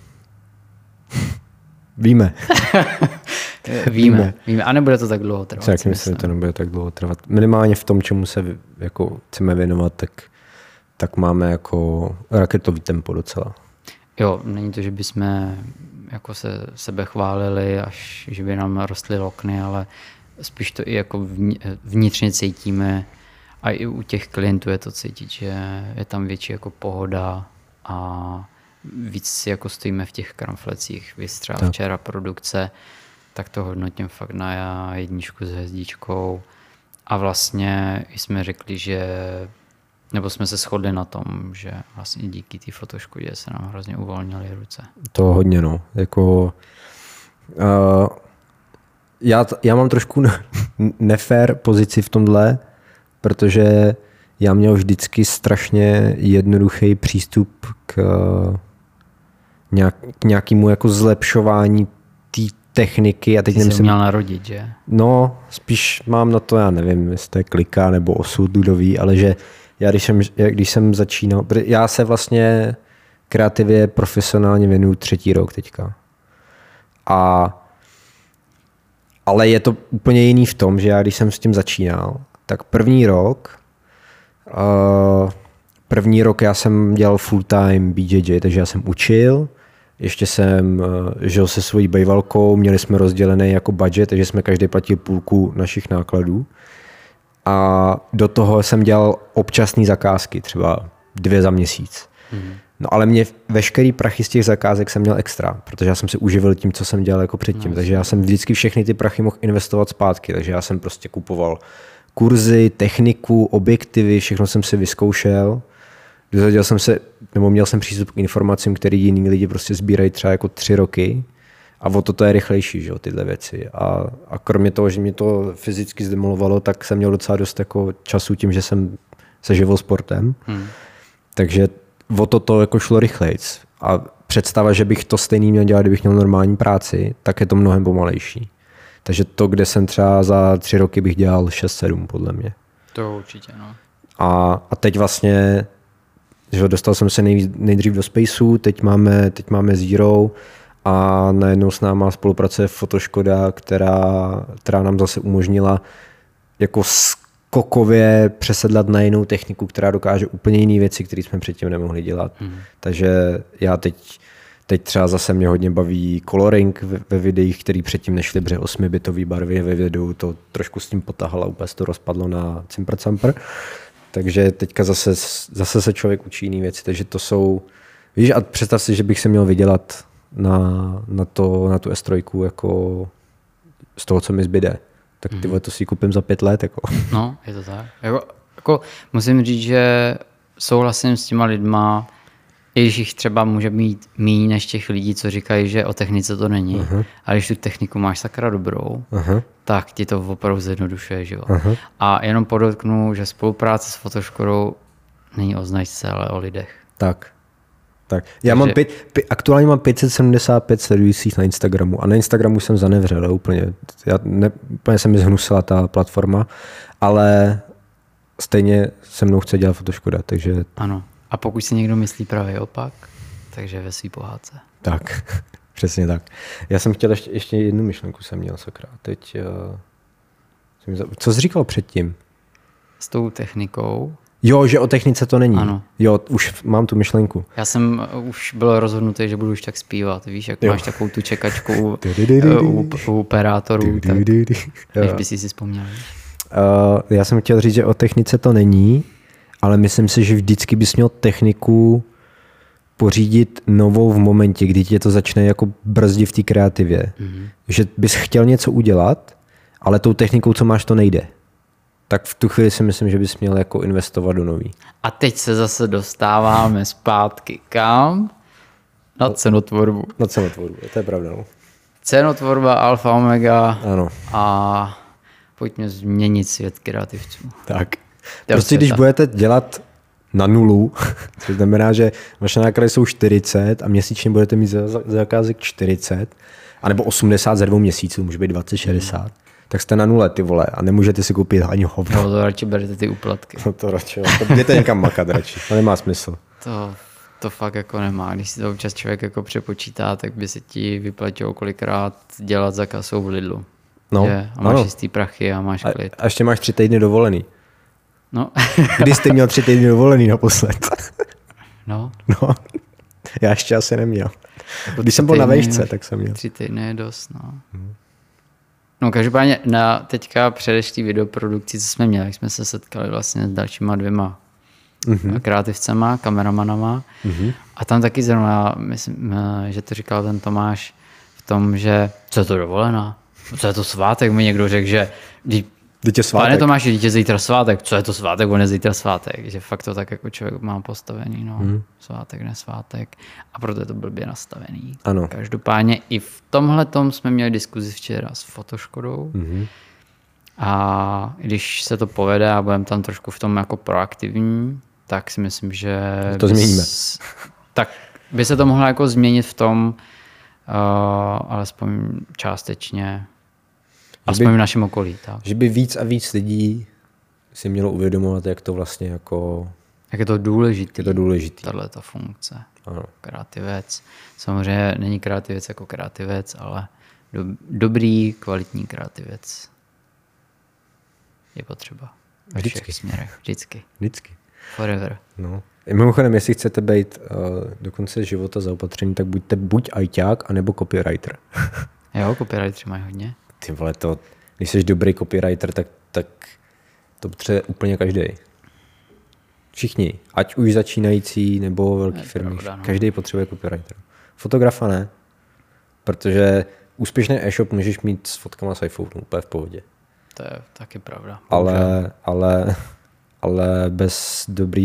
Víme. Víme. A nebude to tak dlouho trvat. Já myslím, že to nebude tak dlouho trvat. Minimálně v tom, čemu se jako chceme věnovat, tak máme jako raketový tempo docela. Jo, není to, že bychom jako se sebe chválili, až že by nám rostly lokny, ale spíš to i jako vnitřně cítíme a i u těch klientů je to cítit, že je tam větší jako pohoda a víc si jako stojíme v těch kramflecích. Víc třeba včera produkce, tak to hodnotím fakt na 1 s hvězdičkou a vlastně jsme řekli, že nebo jsme se shodli na tom, že vlastně díky té fotoškodě se nám hrozně uvolnily ruce. To hodně, no. Jako, já mám trošku nefér pozici v tomhle, protože já měl vždycky strašně jednoduchý přístup k nějakému jako zlepšování té techniky. A teď ty jsi měl narodit, že? No, spíš mám na to, já nevím, jestli to je klika nebo osud ludový, ale že já když jsem začínal, já se vlastně kreativě profesionálně věnuju 3. rok teďka. Ale je to úplně jiný v tom, že já když jsem s tím začínal, tak první rok já jsem dělal full time BJJ, takže já jsem učil, ještě jsem žil se svojí bejvalkou, měli jsme rozdělený jako budget, takže jsme každý platil půlku našich nákladů. A do toho jsem dělal občasné zakázky, třeba 2 za měsíc. No ale mě veškerý prachy z těch zakázek jsem měl extra, protože já jsem si uživil tím, co jsem dělal jako předtím. Takže já jsem vždycky všechny ty prachy mohl investovat zpátky, takže já jsem prostě kupoval kurzy, techniku, objektivy, všechno jsem si vyzkoušel. Dozvěděl jsem se, nebo měl jsem přístup k informacím, které jiní lidi prostě sbírají třeba jako 3 roky. A o to je rychlejší, že, tyhle věci. A kromě toho, že mě to fyzicky zdemolovalo, tak jsem měl docela dost jako času tím, že jsem se živil sportem. Takže o to jako šlo rychlejc. A představa, že bych to stejný měl dělat, kdybych měl normální práci, tak je to mnohem pomalejší. Takže to, kde jsem třeba za 3 roky bych dělal 6-7, podle mě. To určitě, no. A teď vlastně, že dostal jsem se nejdřív do Spaceu, teď máme Zero, a najednou s náma spolupracuje Fotoškoda, která nám zase umožnila jako skokově přesedlat na jinou techniku, která dokáže úplně jiné věci, které jsme předtím nemohli dělat. Takže já teď třeba zase mě hodně baví coloring ve videích, který předtím nešly, protože 8-bitové barvy ve videu to trošku s tím potahalo, úplně se to rozpadlo na cimper-camper. Takže teďka zase se člověk učí jiné věci, takže to jsou, víš, a představ si, že bych se měl vydělat na tu S3 jako z toho, co mi zbyde. Tak to si koupím za 5 let. Jako. No, je to tak. Jako, musím říct, že souhlasím s těma lidma, i když jich třeba může být méně než těch lidí, co říkají, že o technice to není. A když tu techniku máš sakra dobrou, tak ti to opravdu zjednodušuje život. A jenom podotknu, že spolupráce s Fotoškodou není o značce, ale o lidech. Tak. Já mám aktuálně mám 575 sledujících na Instagramu a na Instagramu jsem zanevřel úplně. Úplně se mi zhnusila ta platforma, ale stejně se mnou chce dělat Fotoškoda, takže... Ano. A pokud si někdo myslí pravý opak, takže ve svý pohádce. Tak, přesně tak. Já jsem chtěl ještě jednu myšlenku jsem měl, sakra. Teď... Co jsi říkal předtím? S tou technikou. Jo, že o technice to není. Ano. Jo, už mám tu myšlenku. Já jsem už byl rozhodnutý, že budu už tak zpívat. Víš, jak máš takovou tu čekačku u operátorů, tak než by si vzpomněl. Já jsem chtěl říct, že o technice to není, ale myslím si, že vždycky bys měl techniku pořídit novou v momentě, kdy tě to začne jako brzdit v té kreativě. Že bys chtěl něco udělat, ale tou technikou, co máš, to nejde. Tak v tu chvíli si myslím, že bys měl jako investovat do nový. A teď se zase dostáváme zpátky kam? Na cenotvorbu. Na cenotvorbu, to je pravda. No. Cenotvorba, alfa, omega. Ano. A pojďme změnit svět kreativců. Tak. Prostě když budete dělat na nulu, což znamená, že vaše náklady jsou 40 a měsíčně budete mít zakázek 40, anebo 80 za 2 měsíců, může být 20-60. Tak jste na nule, ty vole, a nemůžete si koupit ani hovno. No to radši berete ty úplatky. No to radši, to jděte někam makat radši, to nemá smysl. To fakt jako nemá. Když si to občas člověk jako přepočítá, tak by se ti vyplatilo kolikrát dělat za kasou v Lidlu. No, a máš čistý prachy a máš klid. A ještě máš 3 týdny dovolený. No. Kdy jste měl 3 týdny dovolený naposled? No. Já ještě asi neměl. Když jsem byl na vejšce, tak jsem měl. 3 týdny je dost, no. No každopádně na teďka předešlý videoprodukci, co jsme měli, jak jsme se setkali vlastně s dalšíma 2 kreativcema, kameramanama. A tam taky zrovna, myslím, že to říkal ten Tomáš v tom, že co je to dovolená? Co je to svátek? Mi někdo řekl, že Dítě svátek. Pane Tomáši, dítě zítra svátek. Co je to svátek? On je zítra svátek. Že fakt to tak jako člověk má postavený. No. Svátek, nesvátek. A proto je to blbě nastavený. Ano. Každopádně i v tomhletom jsme měli diskuzi včera s Fotoškodou. A když se to povede a budeme tam trošku v tom jako proaktivní, tak si myslím, že to změníme. Tak by se to mohlo jako změnit v tom, alespoň částečně, aspoň v našem okolí. Tak. Že by víc a víc lidí si mělo uvědomovat, jak to vlastně jako... Jak je to důležitý. Je to důležitý. Tato funkce. Ano. Kreativec. Samozřejmě není kreativec jako kreativec, ale dobrý, kvalitní kreativec je potřeba. Ve všech směrech. Vždycky. Forever. No. Mimochodem, jestli chcete být do konce života zaopatření, tak buďte buď ajťák, anebo copywriter. Jo, copywriteri mají hodně. Ty vole, když jsi dobrý copywriter, tak to potřebuje úplně každý. Všichni, ať už začínající nebo velký firmy. Pravda, no. Každý potřebuje copywriter. Fotografa ne, protože úspěšný e-shop můžeš mít s fotkama z iPhone úplně v pohodě. To je taky pravda. Ale bez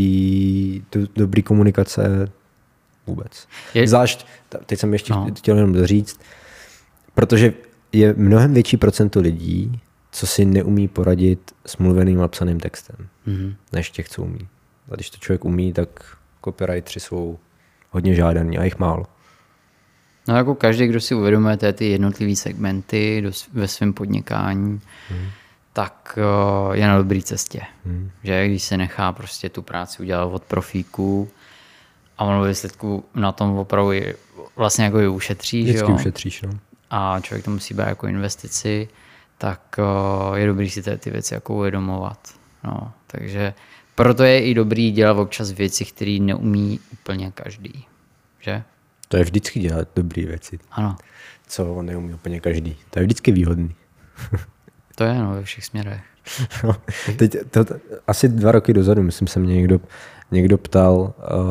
dobrý komunikace vůbec. Zvlášť, teď jsem ještě chtěl jenom doříct, protože je mnohem větší procento lidí, co si neumí poradit s mluveným a psaným textem, než těch, co umí. A když to člověk umí, tak copywriteri jsou hodně žádaní a jich málo. No jako každý, kdo si uvědomuje ty jednotlivé segmenty ve svém podnikání, tak je na dobré cestě. Že když se nechá prostě tu práci udělat od profíků a ono ve výsledku na tom opravdu vlastně jako je ušetří. Vždycky ušetříš, no. A člověk to musí být jako investici, tak je dobrý si ty věci jako uvědomovat. No, takže proto je i dobrý dělat občas věci, které neumí úplně každý. Že? To je vždycky dělat dobré věci. Ano. Co neumí úplně každý. To je vždycky výhodný. To je ve všech směrech. No, teď asi 2 roky dozadu, myslím, se mě někdo ptal,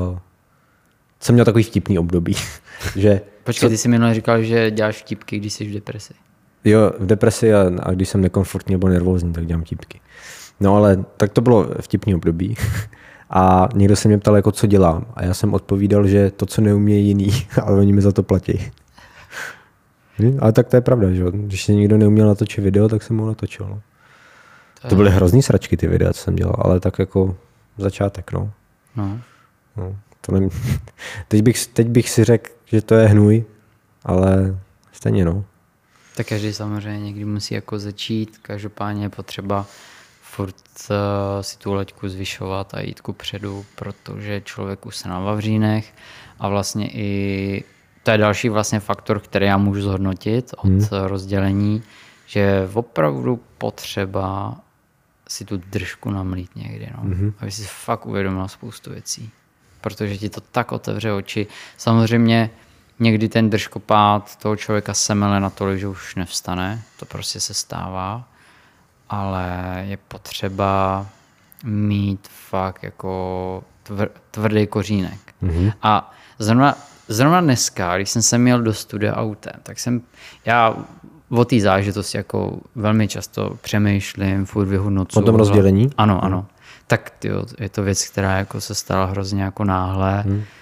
jsem měl takový vtipný období. Že počkej, ty jsi minule říkal, že děláš vtipky, když jsi v depresi. Jo, v depresi a když jsem nekomfortní nebo nervózní, tak dělám vtipky. No ale tak to bylo vtipný období. A někdo se mě ptal, jako co dělám. A já jsem odpovídal, že to, co neumějí jiný, ale oni mi za to platí. Ale tak to je pravda, že když se někdo neuměl natočit video, tak jsem mu natočil. No. To byly hrozný sračky ty videa, co jsem dělal, ale tak jako začátek, no. To teď bych si řekl, že to je hnůj, ale stejně, no. Tak každý samozřejmě někdy musí jako začít, každopádně je potřeba furt si tu laťku zvyšovat a jít ku předu, protože člověk už se na vavřínech a vlastně i to je další vlastně faktor, který já můžu zhodnotit od rozdělení, že je opravdu potřeba si tu držku namlít někdy, no. Aby si fakt uvědomil spoustu věcí, protože ti to tak otevře oči. Samozřejmě někdy ten držkopád toho člověka semele natolik, že už nevstane, to prostě se stává, ale je potřeba mít fakt jako tvrdý kořínek. A zrovna dneska, když jsem se měl do studia autem, tak já o té zážitosti jako velmi často přemýšlím, furt vyhodnocuji. O tom rozdělení? Ano. Tak tyjo, je to věc, která jako se stala hrozně jako náhle.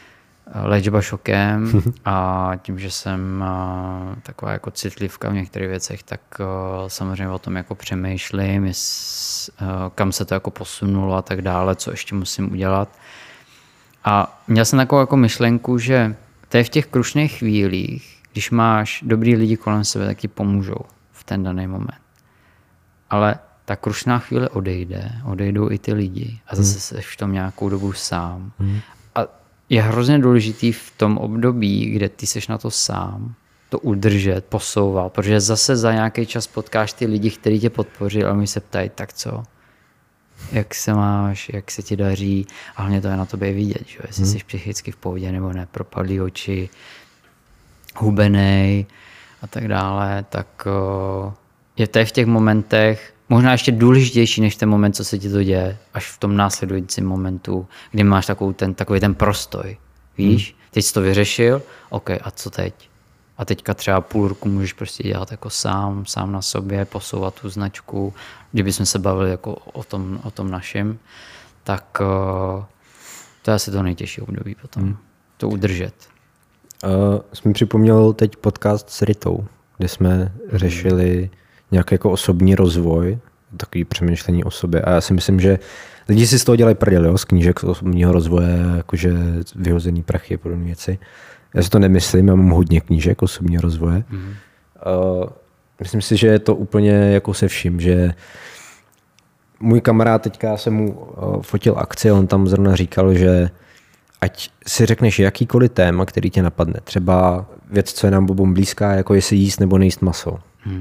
léčba šokem a tím, že jsem taková jako citlivka v některých věcech, tak samozřejmě o tom jako přemýšlím, kam se to jako posunulo a tak dále, co ještě musím udělat. A měl jsem takovou jako myšlenku, že to je v těch krušných chvílích, když máš dobrý lidi kolem sebe, tak ti pomůžou v ten daný moment. Ale ta krušná chvíle odejdou i ty lidi a zase seš v tom nějakou dobu sám. A je hrozně důležitý v tom období, kde ty seš na to sám, to udržet, posouvat, protože zase za nějaký čas potkáš ty lidi, kteří tě podpoří a oni se ptají, tak co? Jak se máš, jak se ti daří a hlavně to je na tobě vidět, že? Jestli jsi psychicky v pohodě nebo ne, propadlý oči, hubenej a tak dále, tak je to v těch momentech možná ještě důležitější než ten moment, co se ti to děje, až v tom následujícím momentu, kdy máš takový ten prostoj. Víš, teď jsi to vyřešil, OK, a co teď? A teďka třeba půl roku můžeš prostě dělat jako sám na sobě, posouvat tu značku. Kdybychom se bavili jako o tom našem, tak to je asi to nejtěžší období potom. To udržet. Jsi mi připomněl teď podcast s Ritou, kde jsme řešili nějaký jako osobní rozvoj, takový přemýšlení o sobě. A já si myslím, že lidi si z toho dělají prdel, jo, z knížek osobního rozvoje, jakože vyhozený prachy a podobné věci. Já si to nemyslím, já mám hodně knížek osobního rozvoje. Myslím si, že je to úplně jako se vším, že můj kamarád, teďka já jsem mu fotil akci, on tam zrovna říkal, že ať si řekneš jakýkoliv téma, který tě napadne. Třeba věc, co je nám obou blízká, jako jestli jíst nebo nejíst maso.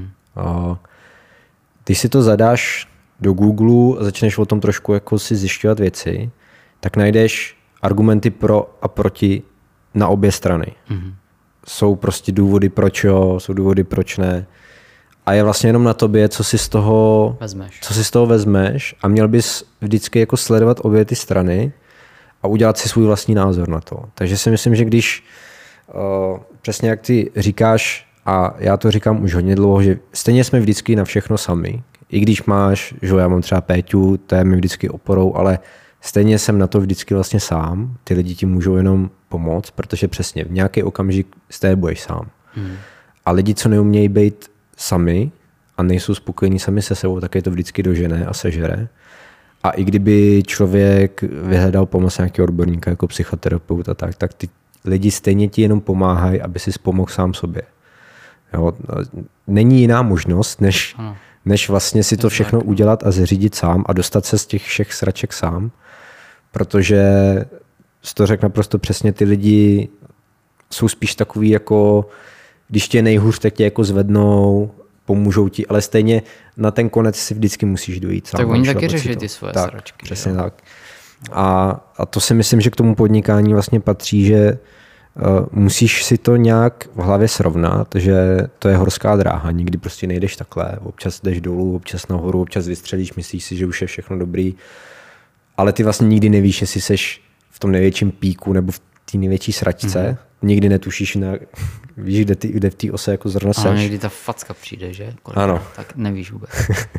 Když si to zadáš do Google a začneš o tom trošku jako si zjišťovat věci, tak najdeš argumenty pro a proti na obě strany. Jsou prostě důvody proč jo, jsou důvody proč ne. A je vlastně jenom na tobě, co si z toho vezmeš a měl bys vždycky jako sledovat obě ty strany a udělat si svůj vlastní názor na to. Takže si myslím, že když přesně jak ty říkáš, a já to říkám už hodně dlouho, že stejně jsme vždycky na všechno sami. I když máš, že já mám třeba Péťu, to je mi vždycky oporou, ale stejně jsem na to vždycky vlastně sám. Ty lidi ti můžou jenom pomoct, protože přesně v nějaký okamžik z té budeš sám. A lidi, co neumějí být sami a nejsou spokojení sami se sebou, tak je to vždycky dožene a sežere. A i kdyby člověk vyhledal pomoc nějakého odborníka jako psychoterapeut a tak ty lidi stejně ti jenom pomáhají, aby si pomohl sám sobě. Jo? Není jiná možnost, než vlastně si to všechno udělat a zařídit sám a dostat se z těch všech sraček sám, protože jsi to řekl naprosto přesně, ty lidi jsou spíš takový jako, když tě je nejhůř, tak tě jako zvednou, pomůžou ti, ale stejně na ten konec si vždycky musíš dojít sám. Tak oni taky řeší ty svoje sračky. Přesně tak. A to si myslím, že k tomu podnikání vlastně patří, že musíš si to nějak v hlavě srovnat, že to je horská dráha, nikdy prostě nejdeš takhle, občas jdeš dolů, občas nahoru, občas vystřelíš, myslíš si, že už je všechno dobrý, ale ty vlastně nikdy nevíš, jestli seš v tom největším píku nebo v té největší sračce, nikdy netušíš, víš, kde v té ose jako zrovna seš. Ale někdy ta facka přijde, že? Ano. Tak nevíš vůbec.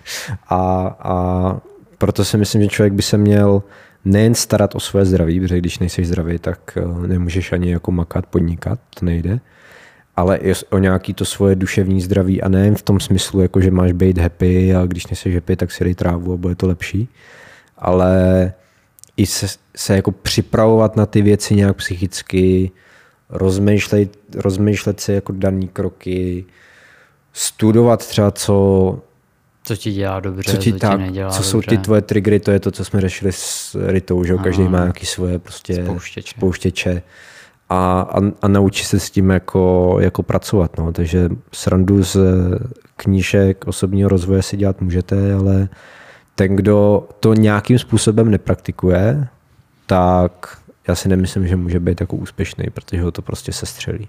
a proto si myslím, že člověk by se měl nejen starat o své zdraví, protože když nejseš zdravý, tak nemůžeš ani jako makat, podnikat, to nejde, ale i o nějaký to svoje duševní zdraví a nejen v tom smyslu, jako že máš být happy a když nejseš happy, tak si dej trávu a bude to lepší, ale i se jako připravovat na ty věci nějak psychicky, rozmýšlet si jako daný kroky, studovat třeba co ti dělá dobře, co ti nedělá co dobře. Jsou ty tvoje triggery, to je to, co jsme řešili s Ritou, že každý má nějaké svoje prostě spouštěče a naučí se s tím jako pracovat. No. Takže srandu z knížek osobního rozvoje si dělat můžete, ale ten, kdo to nějakým způsobem nepraktikuje, tak já si nemyslím, že může být jako úspěšný, protože ho to prostě sestřelí.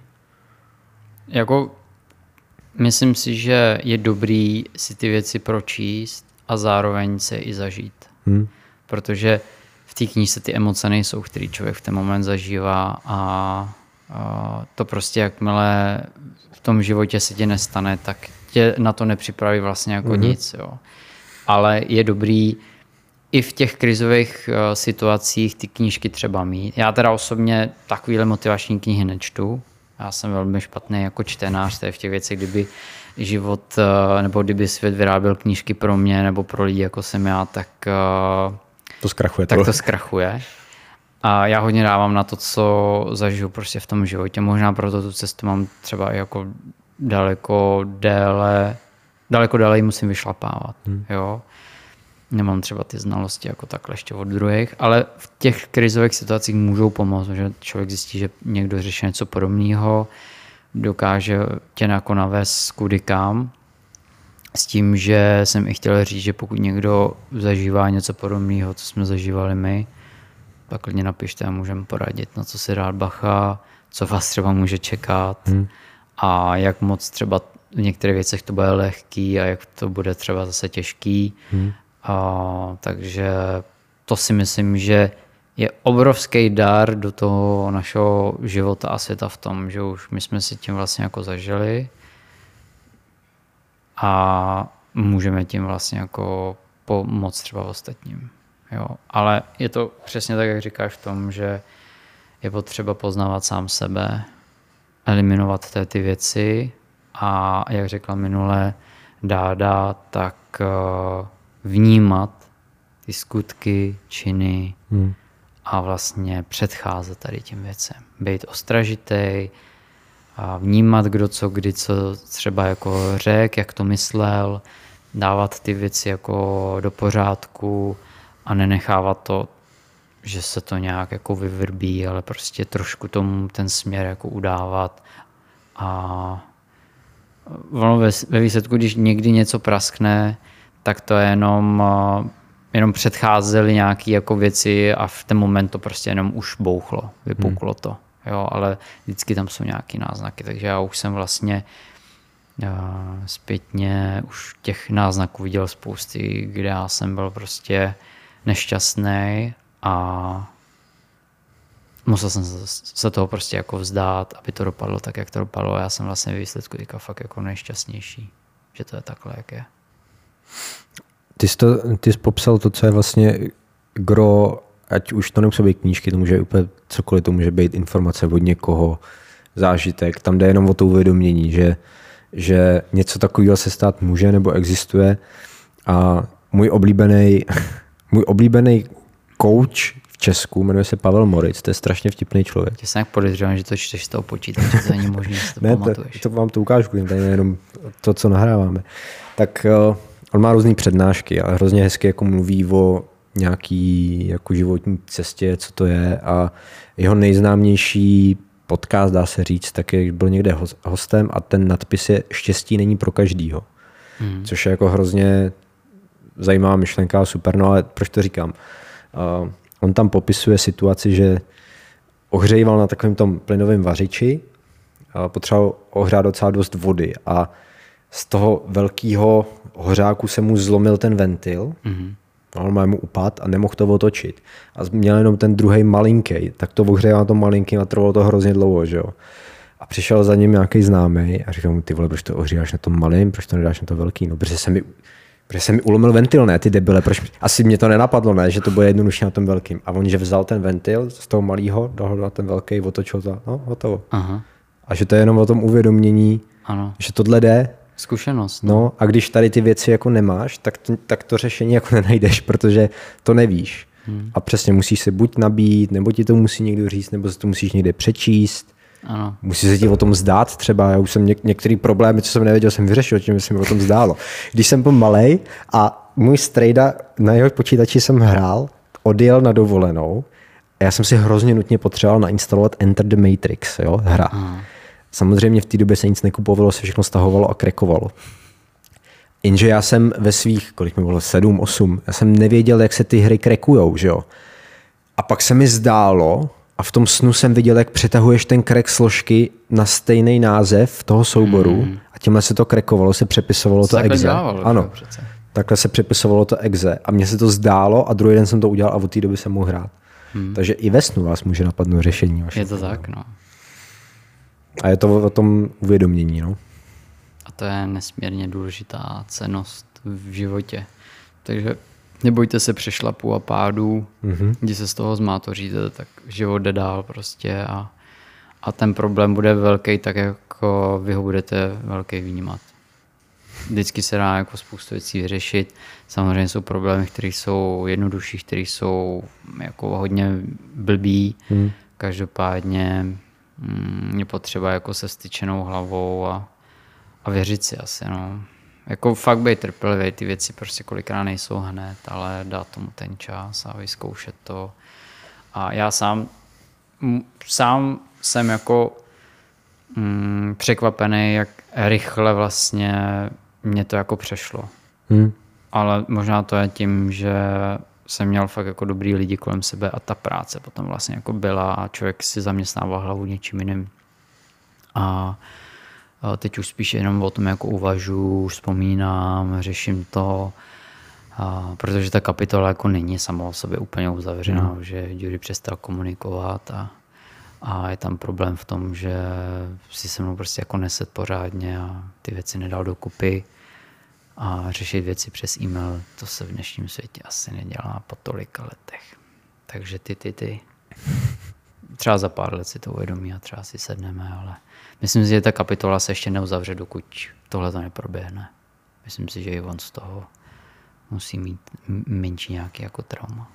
Myslím si, že je dobrý si ty věci pročíst a zároveň se i zažít. Protože v té knížce ty emoce nejsou, který člověk v ten moment zažívá a to prostě jakmile v tom životě se ti nestane, tak tě na to nepřipraví vlastně jako nic. Jo. Ale je dobrý i v těch krizových situacích ty knížky třeba mít. Já teda osobně takovýhle motivační knihy nečtu. Já jsem velmi špatný jako čtenář, to je v těch věcech, kdyby život nebo kdyby svět vyráběl knížky pro mě nebo pro lidi jako jsem já, tak to zkrachuje. Tak to zkrachuje. A já hodně dávám na to, co zažiju prostě v tom životě. Možná proto tu cestu mám třeba i jako daleko déle musím vyšlapávat. Jo? Nemám třeba ty znalosti jako takhle ještě od druhých, ale v těch krizových situacích můžou pomoct, že člověk zjistí, že někdo řeší něco podobného, dokáže tě jako navést kudy kam. S tím, že jsem i chtěl říct, že pokud někdo zažívá něco podobného, co jsme zažívali my, tak klidně napište a můžeme poradit, na co si dát bacha, co vás třeba může čekat a jak moc třeba v některých věcech to bude lehký a jak to bude třeba zase těžký. Takže to si myslím, že je obrovský dar do toho našeho života a světa v tom, že už my jsme si tím vlastně jako zažili a můžeme tím vlastně jako pomoct třeba ostatním. Jo. Ale je to přesně tak, jak říkáš v tom, že je potřeba poznávat sám sebe, eliminovat ty věci a jak řekla minule Dáda, tak vnímat ty skutky, činy a vlastně předcházet tady těm věcem. Být ostražitej a vnímat, kdo co, kdy co třeba jako řekl, jak to myslel, dávat ty věci jako do pořádku a nenechávat to, že se to nějak jako vyvrbí, ale prostě trošku tomu ten směr jako udávat. A ono ve výsledku, když někdy něco praskne, tak to je jenom předcházely nějaké jako věci a v ten moment to prostě jenom už bouchlo, vypuklo to. Jo, ale vždycky tam jsou nějaké náznaky, takže já už jsem vlastně zpětně už těch náznaků viděl spousty, kde já jsem byl prostě nešťastný a musel jsem se toho prostě jako vzdát, aby to dopadlo tak, jak to dopadlo. Já jsem vlastně ve výsledku teďka fakt jako nejšťastnější, že to je takhle, jak je. Ty jsi popsal to, co je vlastně gro, ať už to nemusí být knížky, to může úplně cokoliv, to může být informace od někoho, zážitek, tam jde jenom o to uvědomění, že něco takového se stát může nebo existuje a můj oblíbený coach v Česku jmenuje se Pavel Moritz, to je strašně vtipný člověk. Tě jsem jak podezřívám, že to čteš z toho počítače, to není možné, že to pamatuješ. To vám to ukážu, tady jenom to, co nahráváme. Tak on má různý přednášky a hrozně hezky jako mluví o nějaký jako životní cestě, co to je a jeho nejznámější podcast, dá se říct, tak byl někde hostem a ten nadpis je Štěstí není pro každýho. Což je jako hrozně zajímavá myšlenka, super, no ale proč to říkám? On tam popisuje situaci, že ohřejval na takovém tom plynovém vařiči, potřeboval ohřát docela dost vody a z toho velkého hořáku se mu zlomil ten ventil, on mu upad a nemohl to otočit. A měl jenom ten druhej malinký, tak to ohřejval na tom malinkým a trvalo to hrozně dlouho, že jo. A přišel za ním nějaký známý a říkal mu, ty vole, proč to ohříváš na tom malým, proč to nedáš na to velký? No, protože se mi ulomil ventil, ne, ty debile, proč? Asi mě to nenapadlo, ne, že to bude jednodušší na tom velkým. A on, že vzal ten ventil z toho malého, dal na ten velký, otočil to, no, hotovo. Aha. A že to je jenom o tom uvědomění, ano. Že tohle jde. Zkušenost. No a když tady ty věci jako nemáš, tak to řešení jako nenajdeš, protože to nevíš. A přesně musíš se buď nabít, nebo ti to musí někdo říct, nebo si to musíš někde přečíst. Ano. Musí se ti o tom zdát třeba. Já už jsem některé problémy, co jsem nevěděl, jsem vyřešil, čím se mi o tom zdálo. Když jsem byl malej a můj strejda, na jeho počítači jsem hrál, odjel na dovolenou a já jsem si hrozně nutně potřeboval nainstalovat Enter the Matrix, jo, hra. Samozřejmě v té době se nic nekupovalo, se všechno stahovalo a krekovalo. Jenže já jsem ve svých, kolik mi bylo, 7, 8, já jsem nevěděl, jak se ty hry krekujou, že jo. A pak se mi zdálo, a v tom snu jsem viděl, jak přetahuješ ten krek složky na stejný název toho souboru a tímhle se to krekovalo, se přepisovalo to exe. Ano, takhle se přepisovalo to exe a mně se to zdálo a druhý den jsem to udělal a od té doby jsem mohl hrát. Takže i ve snu vás může napadnout řešení. Je to tak, no. A je to o tom uvědomění, no. A to je nesmírně důležitá cennost v životě. Takže nebojte se přešlapů a pádů, když se z toho zmátoříte, tak život jde dál prostě a ten problém bude velký, tak jako vy ho budete velký vnímat. Vždycky se dá jako spoustu věcí vyřešit. Samozřejmě jsou problémy, které jsou jednodušší, které jsou jako hodně blbý. Každopádně je potřeba jako se styčenou hlavou a věřit si asi. No. Jako fakt být trpělivý, ty věci prostě kolikrát nejsou hned, ale dát tomu ten čas a vyzkoušet to. A já sám jsem jako překvapený, jak rychle vlastně mě to jako přešlo. Ale možná to je tím, že jsem měl fakt jako dobrý lidi kolem sebe a ta práce potom vlastně jako byla a člověk si zaměstnával hlavu něčím jiným. A teď už spíš jenom o tom jako uvažuji, vzpomínám, řeším to, protože ta kapitola jako není sama o sobě úplně uzavřená, že Judy přestal komunikovat a je tam problém v tom, že si se mnou prostě jako neset pořádně a ty věci nedal dokupy a řešit věci přes e-mail, to se v dnešním světě asi nedělá po tolika letech. Takže ty. Třeba za pár let si to uvědomí a třeba si sedneme, ale myslím si, že ta kapitola se ještě neuzavře, dokud tohle to neproběhne. Myslím si, že i on z toho musí mít menší nějaký jako trauma.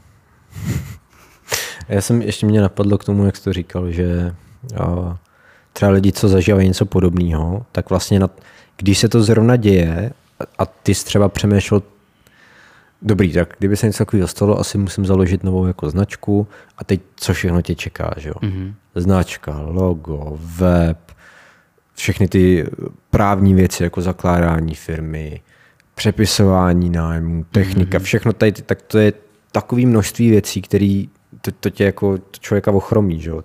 Ještě mě napadlo k tomu, jak jsi to říkal, že třeba lidi, co zažívají něco podobného, tak vlastně když se to zrovna děje a ty jsi třeba přemýšlel, dobrý, tak kdyby se něco takového stalo, asi musím založit novou jako značku a teď co všechno tě čeká, že jo? Značka, logo, web, všechny ty právní věci jako zakládání firmy, přepisování nájmu, technika, všechno tady, tak to je takové množství věcí, které to tě jako člověka ochromí, že jo?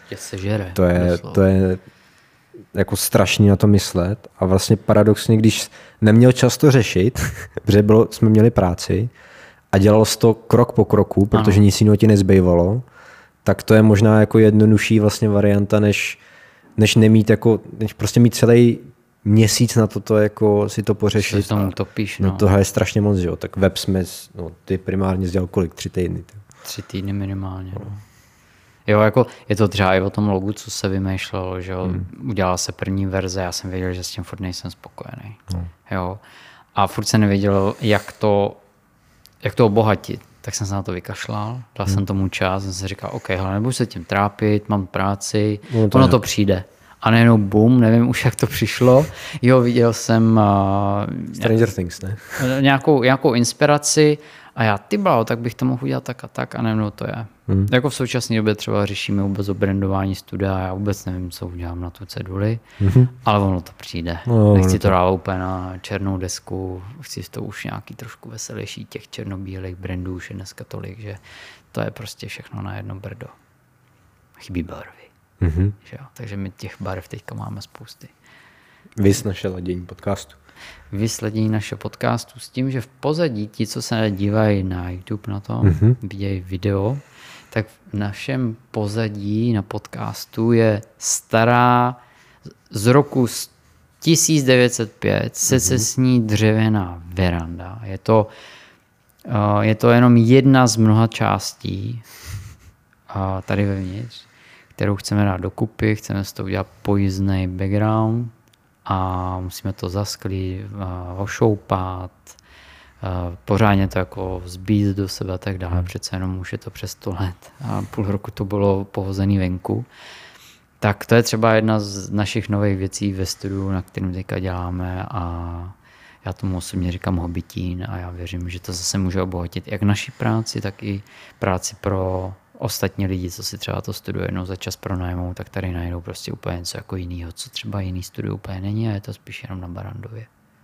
To je jako strašný na to myslet a vlastně paradoxně, když neměl čas to řešit, protože jsme měli práci a dělal jsi to krok po kroku, protože nic jiného ti nezbývalo, tak to je možná jako jednodušší vlastně varianta, než nemít jako, než prostě mít celý měsíc na to jako si to pořešit. Se tomu topíš, no. Tohle je strašně moc, že jo? Tak web jsme, ty primárně dělal kolik? 3 týdny? 3 týdny minimálně, no. Jo, jako je to třeba i o tom logu, co se vymýšlelo, že jo, udělala se první verze, já jsem věděl, že s tím furt nejsem spokojený, jo, a furt jsem nevěděl, jak to obohatit, tak jsem se na to vykašlal, dal jsem tomu čas, jsem si říkal, OK, hele, nebudu se tím trápit, mám práci, ono to přijde. A nejenom boom, nevím už, jak to přišlo. Jo, viděl jsem Stranger Things, ne? nějakou inspiraci a já, tak bych to mohl udělat tak a tak a nevím, to je. Jako v současné době třeba řešíme vůbec o brandování studia, já vůbec nevím, co udělám na tu ceduli, ale ono to přijde. Nechci to dávat úplně na černou desku, chci to už nějaký trošku veselější, těch černobílých brandů už je dneska tolik, že to je prostě všechno na jedno brdo. Chybí barvy. Že jo? Takže my těch barev teďka máme spousty. Vys naše ladění podcastu. Vysledění naše podcastu s tím, že v pozadí ti, co se dívají na YouTube na to, vidějí video, tak v našem pozadí na podcastu je stará z roku 1905 secesní dřevěná veranda. Je to jenom jedna z mnoha částí tady vevnitř, kterou chceme dát dokupy, chceme z toho udělat pojízdný background a musíme to zasklít, ošoupat, pořádně to jako zbít do sebe a tak dále. Přece jenom už je to přes 100 let a půl roku to bylo pohozený venku. Tak to je třeba jedna z našich nových věcí ve studiu, na kterém teďka děláme a já tomu osobně říkám hobbytín a já věřím, že to zase může obohatit jak naši práci, tak i práci pro ostatní lidi, co si třeba to studio jednou za čas pronajmou, tak tady najdou prostě úplně něco jako jinýho, co třeba jiný studio úplně není a je to spíš jenom na Barandově.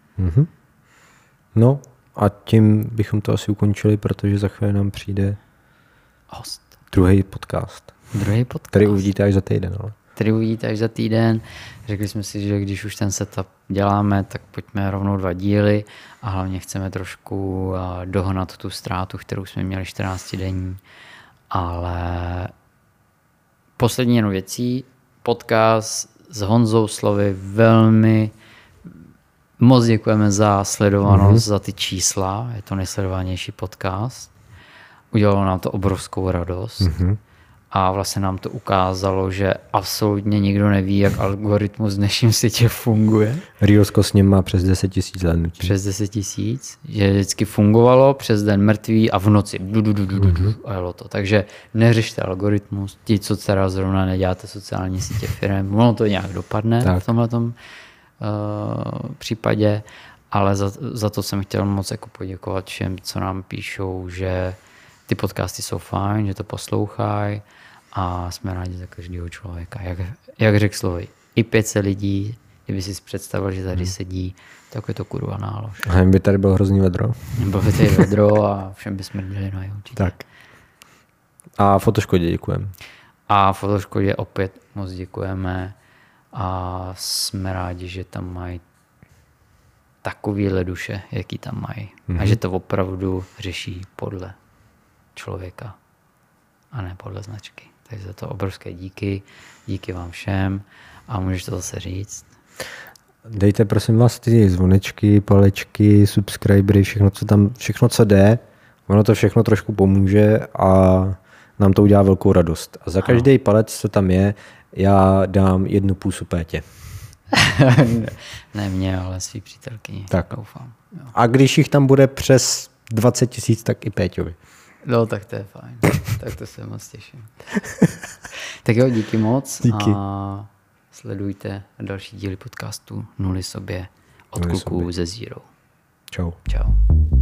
No a tím bychom to asi ukončili, protože za chvíli nám přijde host. Druhý podcast. Který uvidíte až za týden. Ale. Který uvidíte až za týden. Řekli jsme si, že když už ten setup děláme, tak pojďme rovnou 2 díly a hlavně chceme trošku dohnat tu ztrátu, kterou jsme měli 14 denní. Ale poslední jenom věcí, podcast s Honzou Slovy velmi Moc děkujeme za sledovanost, za ty čísla. Je to nejsledovanější podcast. Udělalo nám to obrovskou radost. A vlastně nám to ukázalo, že absolutně nikdo neví, jak algoritmus v dnešním světě funguje. Riosko s ním má přes 10 000 hlednutí. Přes 10 000. Že vždycky fungovalo přes den mrtvý a v noci a jelo to. Takže neřešte algoritmus. Ti, co teda zrovna neděláte sociální sítě firem, ono to nějak dopadne v tomhletom případě, ale za to jsem chtěl moc jako poděkovat všem, co nám píšou, že ty podcasty jsou fajn, že to poslouchají a jsme rádi za každého člověka. Jak řekl Slovy, i 500 lidí, kdyby si představil, že tady sedí, tak je to kurva nálož. A by tady bylo hrozný vedro. Bylo by tady vedro a všem by smrdili na určitě. Tak. A Fotoškodě děkujeme. A Fotoškodě opět moc děkujeme a jsme rádi, že tam mají takovýhle duše, jaký tam mají. A že to opravdu řeší podle člověka a ne podle značky. Takže za to obrovské díky. Díky vám všem a můžeš to zase říct. Dejte prosím vás ty zvonečky, palečky, subscribery, všechno, co jde. Ono to všechno trošku pomůže a nám to udělá velkou radost. A za každý palec, co tam je, já dám 1 půsu Pétě. Ne mě, ale svý přítelkyni. Tak. Doufám. Jo. A když jich tam bude přes 20 000, tak i Péťovi. No, tak to je fajn. Tak to se moc těším. Tak jo, díky moc. Díky. A sledujte další díly podcastu Nuly sobě od kluků ze Zero. Čau. Čau.